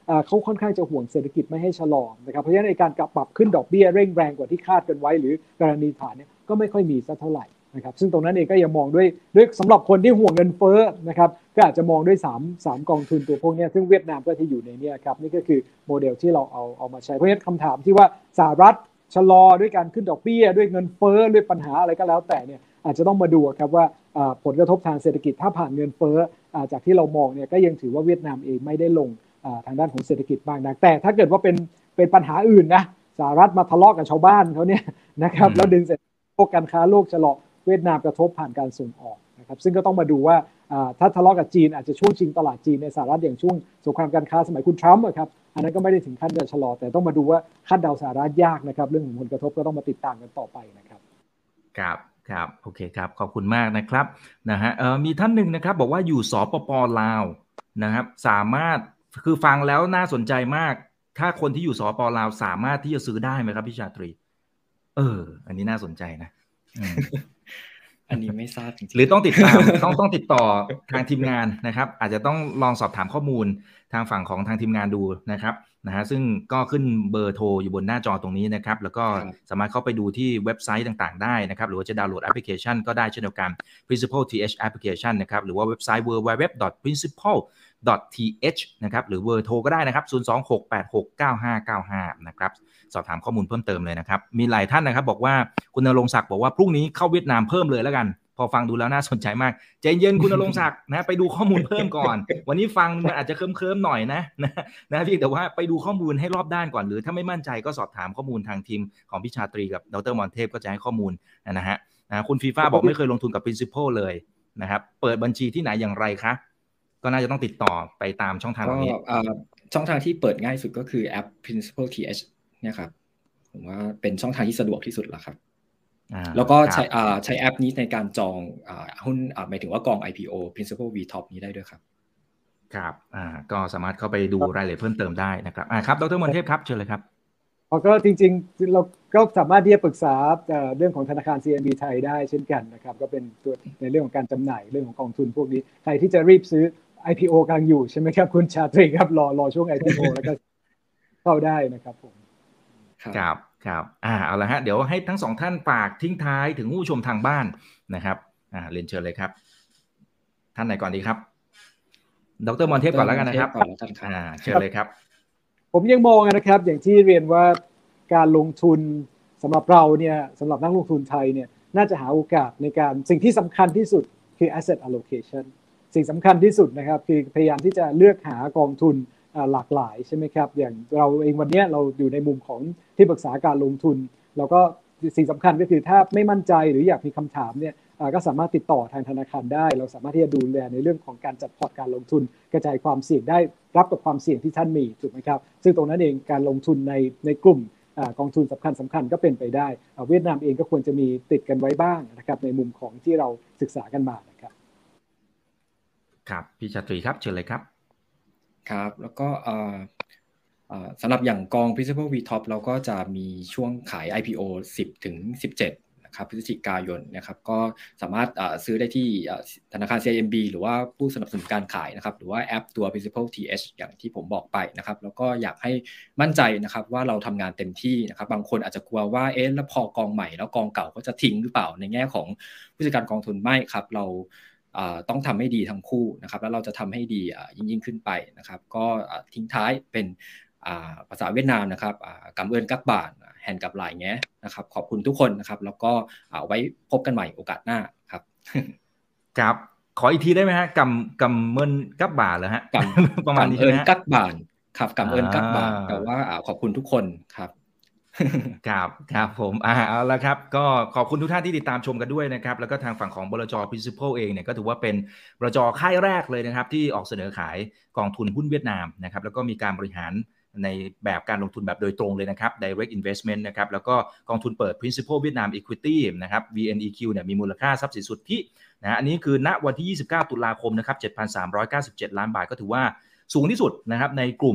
เขาค่อนข้างจะห่วงเศรษฐกิจไม่ให้ชะลอนะครับเพราะฉะนั้นในการปรับขึ้นดอกเบี้ยเร่งแรงกว่าที่คาดกันไว้หรือกรณีฐานเนี่ยก็ไม่ค่อยมีสักเท่าไหร่นะครับซึ่งตรงนั้นเองก็ยังมองด้วยด้วยสำหรับคนที่ห่วงเงินเฟ้อนะครับก็อาจจะมองด้วย3 3กองทุนตัวพวกนี้ซึ่งเวียดนามก็ที่อยู่ในนี้ครับนี่ก็คือโมเดลที่เราเอาเอามาใช้เพราะฉะนั้นคำถามที่ว่าสหรัฐชะลอด้วยการขึ้นดอกเบี้ยด้วยเงินเฟ้อด้วยปัญหาอะไรก็แล้วแต่เนี่ยอาจจะต้องมาดูครับว่าผลกระทบทางเศรษฐกิจถ้าผ่านเงินเฟ้อจากที่เรามองเนี่ยก็ยังถือว่าเวียดนามเองไม่ได้ลงทางด้านของเศรษฐกิจบ้างนักแต่ถ้าเกิดว่าเป็นเป็นปัญหาอื่นนะสหรัฐมาทะเลาะกับชาวบ้านเขาเนี่ยนะครับแล้วดึงเศรษฐกิจโลกการค้าโลกชะลอเวียดนามกระทบผ่านการส่งออกนะครับซึ่งก็ต้องมาดูว่าถ้าทะเลาะกับจีนอาจจะช่วงชิงตลาดจีนในสหรัฐอย่างช่วงสงครามการค้าสมัยคุณทรัมป์ครับอันนั้นก็ไม่ได้ถึงขั้นจะชะลอแต่ต้องมาดูว่าคาดเดาสหรัฐยากนะครับเรื่องของผลกระทบก็ต้องมาติดตามกันต่อไปนะครับครับครับโอเคครับขอบคุณมากนะครับนะฮะเอ่อมีท่านหนึ่งนะครับบอกว่าอยู่สปป.ลาวนะครับสามารถคือฟังแล้วน่าสนใจมากถ้าคนที่อยู่สปป.ลาวสามารถที่จะซื้อได้ไหมครับพี่ชาตรีเอออันนี้น่าสนใจนะอันนี้ไม่ทราบจริงๆหรือต้องติดตาม ต้องต้องติดต่อทางทีมงานนะครับอาจจะต้องลองสอบถามข้อมูลทางฝั่งของทางทีมงานดูนะครับนะฮะซึ่งก็ขึ้นเบอร์โทรอยู่บนหน้าจอตรงนี้นะครับแล้วก็สามารถเข้าไปดูที่เว็บไซต์ต่างๆได้นะครับหรือว่าจะดาวน์โหลดแอปพลิเคชันก็ได้เช่นเดียวกัน Principal ที เอช Application นะครับหรือว่าเว็บไซต์ ดับเบิลยู ดับเบิลยู ดับเบิลยู ดอท principal ดอท ที เอช นะครับหรือเบอร์โทรก็ได้นะครับศูนย์ สอง หก แปด หก เก้า ห้า เก้า ห้านะครับสอบถามข้อมูลเพิ่มเติมเลยนะครับมีหลายท่านนะครับบอกว่าคุณณรงค์ศักดิ์บอกว่าพรุ่งนี้เข้าเวียดนามเพิ่มเลยแล้วกันพอฟังดูแล้วน่าสนใจมากใจเย็นคุณณรงค์ศักดิ์นะไปดูข้อมูลเพิ่มก่อนวันนี้ฟังมันอาจจะเคลิ้มๆหน่อยนะนะนะพี่แต่ว่าไปดูข้อมูลให้รอบด้านก่อนหรือถ้าไม่มั่นใจก็สอบถามข้อมูลทางทีมของพี่ชาตรีกับดร.มรเทพก็จะให้ข้อมูลนะฮะนะคุณฟีฟ่าบอกไม่เคยลงทุนกับ Principal เลยนะครับเปิดบัญชีที่ไหนอย่างไรคะก็น่าจะต้องติดต่อไปตามช่องทางเหล่านี้ช่องทางที่เปิดง่ายสุดก็คือแอป Principal ที เอช เนี่ยครับผมว่าเป็นช่องทางที่สะดวกที่สุดแล้วครับแล้วก็ใช้ใช้แอปนี้ในการจองหุ้นหมายถึงว่ากอง ไอ พี โอ Principal วี ท็อป นี้ได้ด้วยครับครับอ่าก็สามารถเข้าไปดูรายละเอียดเพิ่มเติมได้นะครับอ่าครับดร.มนเทพครับเชิญเลยครับก็จริงๆเราก็สามารถที่จะปรึกษาเรื่องของธนาคาร ซี เอ็ม บี ไทยได้เช่นกันนะครับก็เป็นตัวในเรื่องของการจำหน่ายเรื่องของกองทุนพวกนี้ใครที่จะรีบซื้อ ไอ พี โอ กำลังอยู่ใช่ไหมครับคุณชาตรีครับรอรอช่วง ไอ พี โอ แล้วก็เข้าได้นะครับผมครับครับอ่าเอาละฮะเดี๋ยวให้ทั้งสองท่านฝากทิ้งท้ายถึงผู้ชมทางบ้านนะครับอ่าเรียนเชิญเลยครับท่านไหนก่อนดีครับดร.มรเทพก่อนแล้วกันนะครับอ่าเชิญเลยครับผมยังมองนะครับอย่างที่เรียนว่าการลงทุนสำหรับเราเนี่ยสำหรับนักลงทุนไทยเนี่ยน่าจะหาโอกาสในการสิ่งที่สำคัญที่สุดคือ asset allocation สิ่งสำคัญที่สุดนะครับคือพยายามที่จะเลือกหากองทุนหลากหลายใช่ไหมครับอย่างเราเองวันนี้เราอยู่ในมุมของที่ปรึกษาการลงทุนเราก็สิ่งสำคัญก็คือถ้าไม่มั่นใจหรืออยากมีคำถามเนี่ยก็สามารถติดต่อทางธนาคารได้เราสามารถที่จะดูแลในเรื่องของการจัดพอร์ตการลงทุนกระจายความเสี่ยงได้รับกับความเสี่ยงที่ท่านมีถูกไหมครับซึ่งตรงนั้นเองการลงทุนในในกลุ่มกองทุนสำคัญสำคัญก็เป็นไปได้เวียดนามเองก็ควรจะมีติดกันไว้บ้างนะครับในมุมของที่เราศึกษากันมานะครับครับพี่ชาตรีครับเชิญเลยครับครับแล้วก็สำหรับอย่างกอง Principal วี ท็อป เราก็จะมีช่วงขาย ไอ พี โอ สิบถึงสิบเจ็ดนะครับพฤศจิกายนนะครับก็สามารถซื้อได้ที่ธนาคาร ซี ไอ เอ็ม บี หรือว่าผู้สนับสนุนการขายนะครับหรือว่าแอปตัว Principal ที เอช อย่างที่ผมบอกไปนะครับแล้วก็อยากให้มั่นใจนะครับว่าเราทำงานเต็มที่นะครับบางคนอาจจะกลัวว่าเอ๊ะแล้วพอกองใหม่แล้วกองเก่าก็จะทิ้งหรือเปล่าในแง่ของผู้จัดการกองทุนไม่ครับเราต้องทำให้ดีทั้งคู่นะครับแล้วเราจะทำให้ดียิ่งยิ่งขึ้นไปนะครับก็ทิ้งท้ายเป็นภาษาเวียดนามนะครับกำเอิญกักบานแฮนกับหลายแง่นะครับขอบคุณทุกคนนะครับแล้วก็ไว้พบกันใหม่โอกาสหน้าครับครับขออีกทีได้ไหมฮะกำกำเมินกักบานเหรอฮะกำประมาณนี้นะกักบานครับกำเอิญกักบานแต่ว่าขอบคุณทุกคนครับครับครับผมอ่าเอาละครับก็ขอบคุณทุกท่านที่ติดตามชมกันด้วยนะครับแล้วก็ทางฝั่งของบลจ. Principal เองเนี่ยก็ถือว่าเป็นบลจ.ค่ายแรกเลยนะครับที่ออกเสนอขายกองทุนหุ้นเวียดนามนะครับแล้วก็มีการบริหารในแบบการลงทุนแบบโดยตรงเลยนะครับ direct investment นะครับแล้วก็กองทุนเปิด Principal เวียดนาม Equity นะครับ วี เอ็น อี คิว เนี่ยมีมูลค่าทรัพย์สินสุทธินะอันนี้คือณวันที่ยี่สิบเก้าตุลาคมนะครับ เจ็ดพันสามร้อยเก้าสิบเจ็ด ล้านบาทก็ถือว่าสูงที่สุดนะครับในกลุ่ม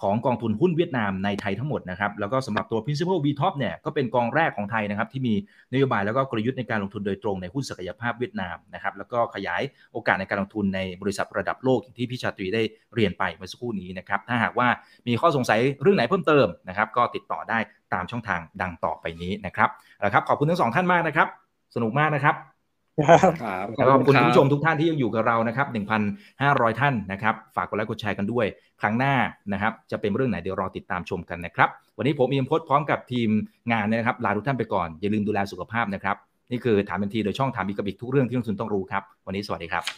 ของกองทุนหุ้นเวียดนามในไทยทั้งหมดนะครับแล้วก็สำหรับตัว Principal วี ท็อป เนี่ยก็เป็นกองแรกของไทยนะครับที่มีนโยบายแล้วก็กลยุทธ์ในการลงทุนโดยตรงในหุ้นศักยภาพเวียดนามนะครับแล้วก็ขยายโอกาสในการลงทุนในบริษัทระดับโลกอย่างที่พี่ชาตรีได้เรียนไปเมื่อสักครู่นี้นะครับถ้าหากว่ามีข้อสงสัยเรื่องไหนเพิ่มเติมนะครับก็ติดต่อได้ตามช่องทางดังต่อไปนี้นะครับนะครับขอบคุณทั้งสองท่านมากนะครับสนุกมากนะครับแล้วก็ขอบคุณผู้ชมทุกท่านที่ยังอยู่กับเรานะครับ หนึ่งพันห้าร้อย ท่านนะครับฝากกดไลค์กดแชร์กันด้วยครั้งหน้านะครับจะเป็นเรื่องไหนเดี๋ยวรอติดตามชมกันนะครับวันนี้ผมเอียมพจน์พร้อมกับทีมงานนะครับลาทุกท่านไปก่อนอย่าลืมดูแลสุขภาพนะครับนี่คือถามทันทีโดยช่องถามอีกกับอีกทุกเรื่องที่นักลงทุนต้องรู้ครับวันนี้สวัสดีครับ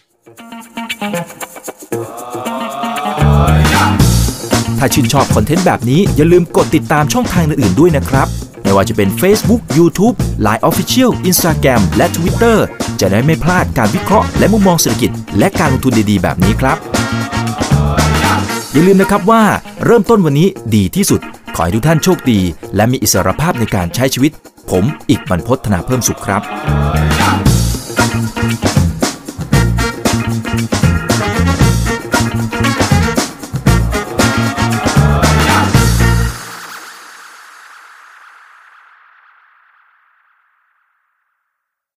ถ้าชื่นชอบคอนเทนต์แบบนี้อย่าลืมกดติดตามช่องทางอื่นๆด้วยนะครับไม่ว่าจะเป็น Facebook, YouTube, ไลน์ Official, Instagram และ Twitter จะได้ไม่พลาดการวิเคราะห์และมุมมองเศรษฐกิจและการลงทุนดีๆแบบนี้ครับอย่าลืมนะครับว่าเริ่มต้นวันนี้ดีที่สุดขอให้ทุกท่านโชคดีและมีอิสรภาพในการใช้ชีวิตผมอีกบรรพต ธนาเพิ่มสุขครับ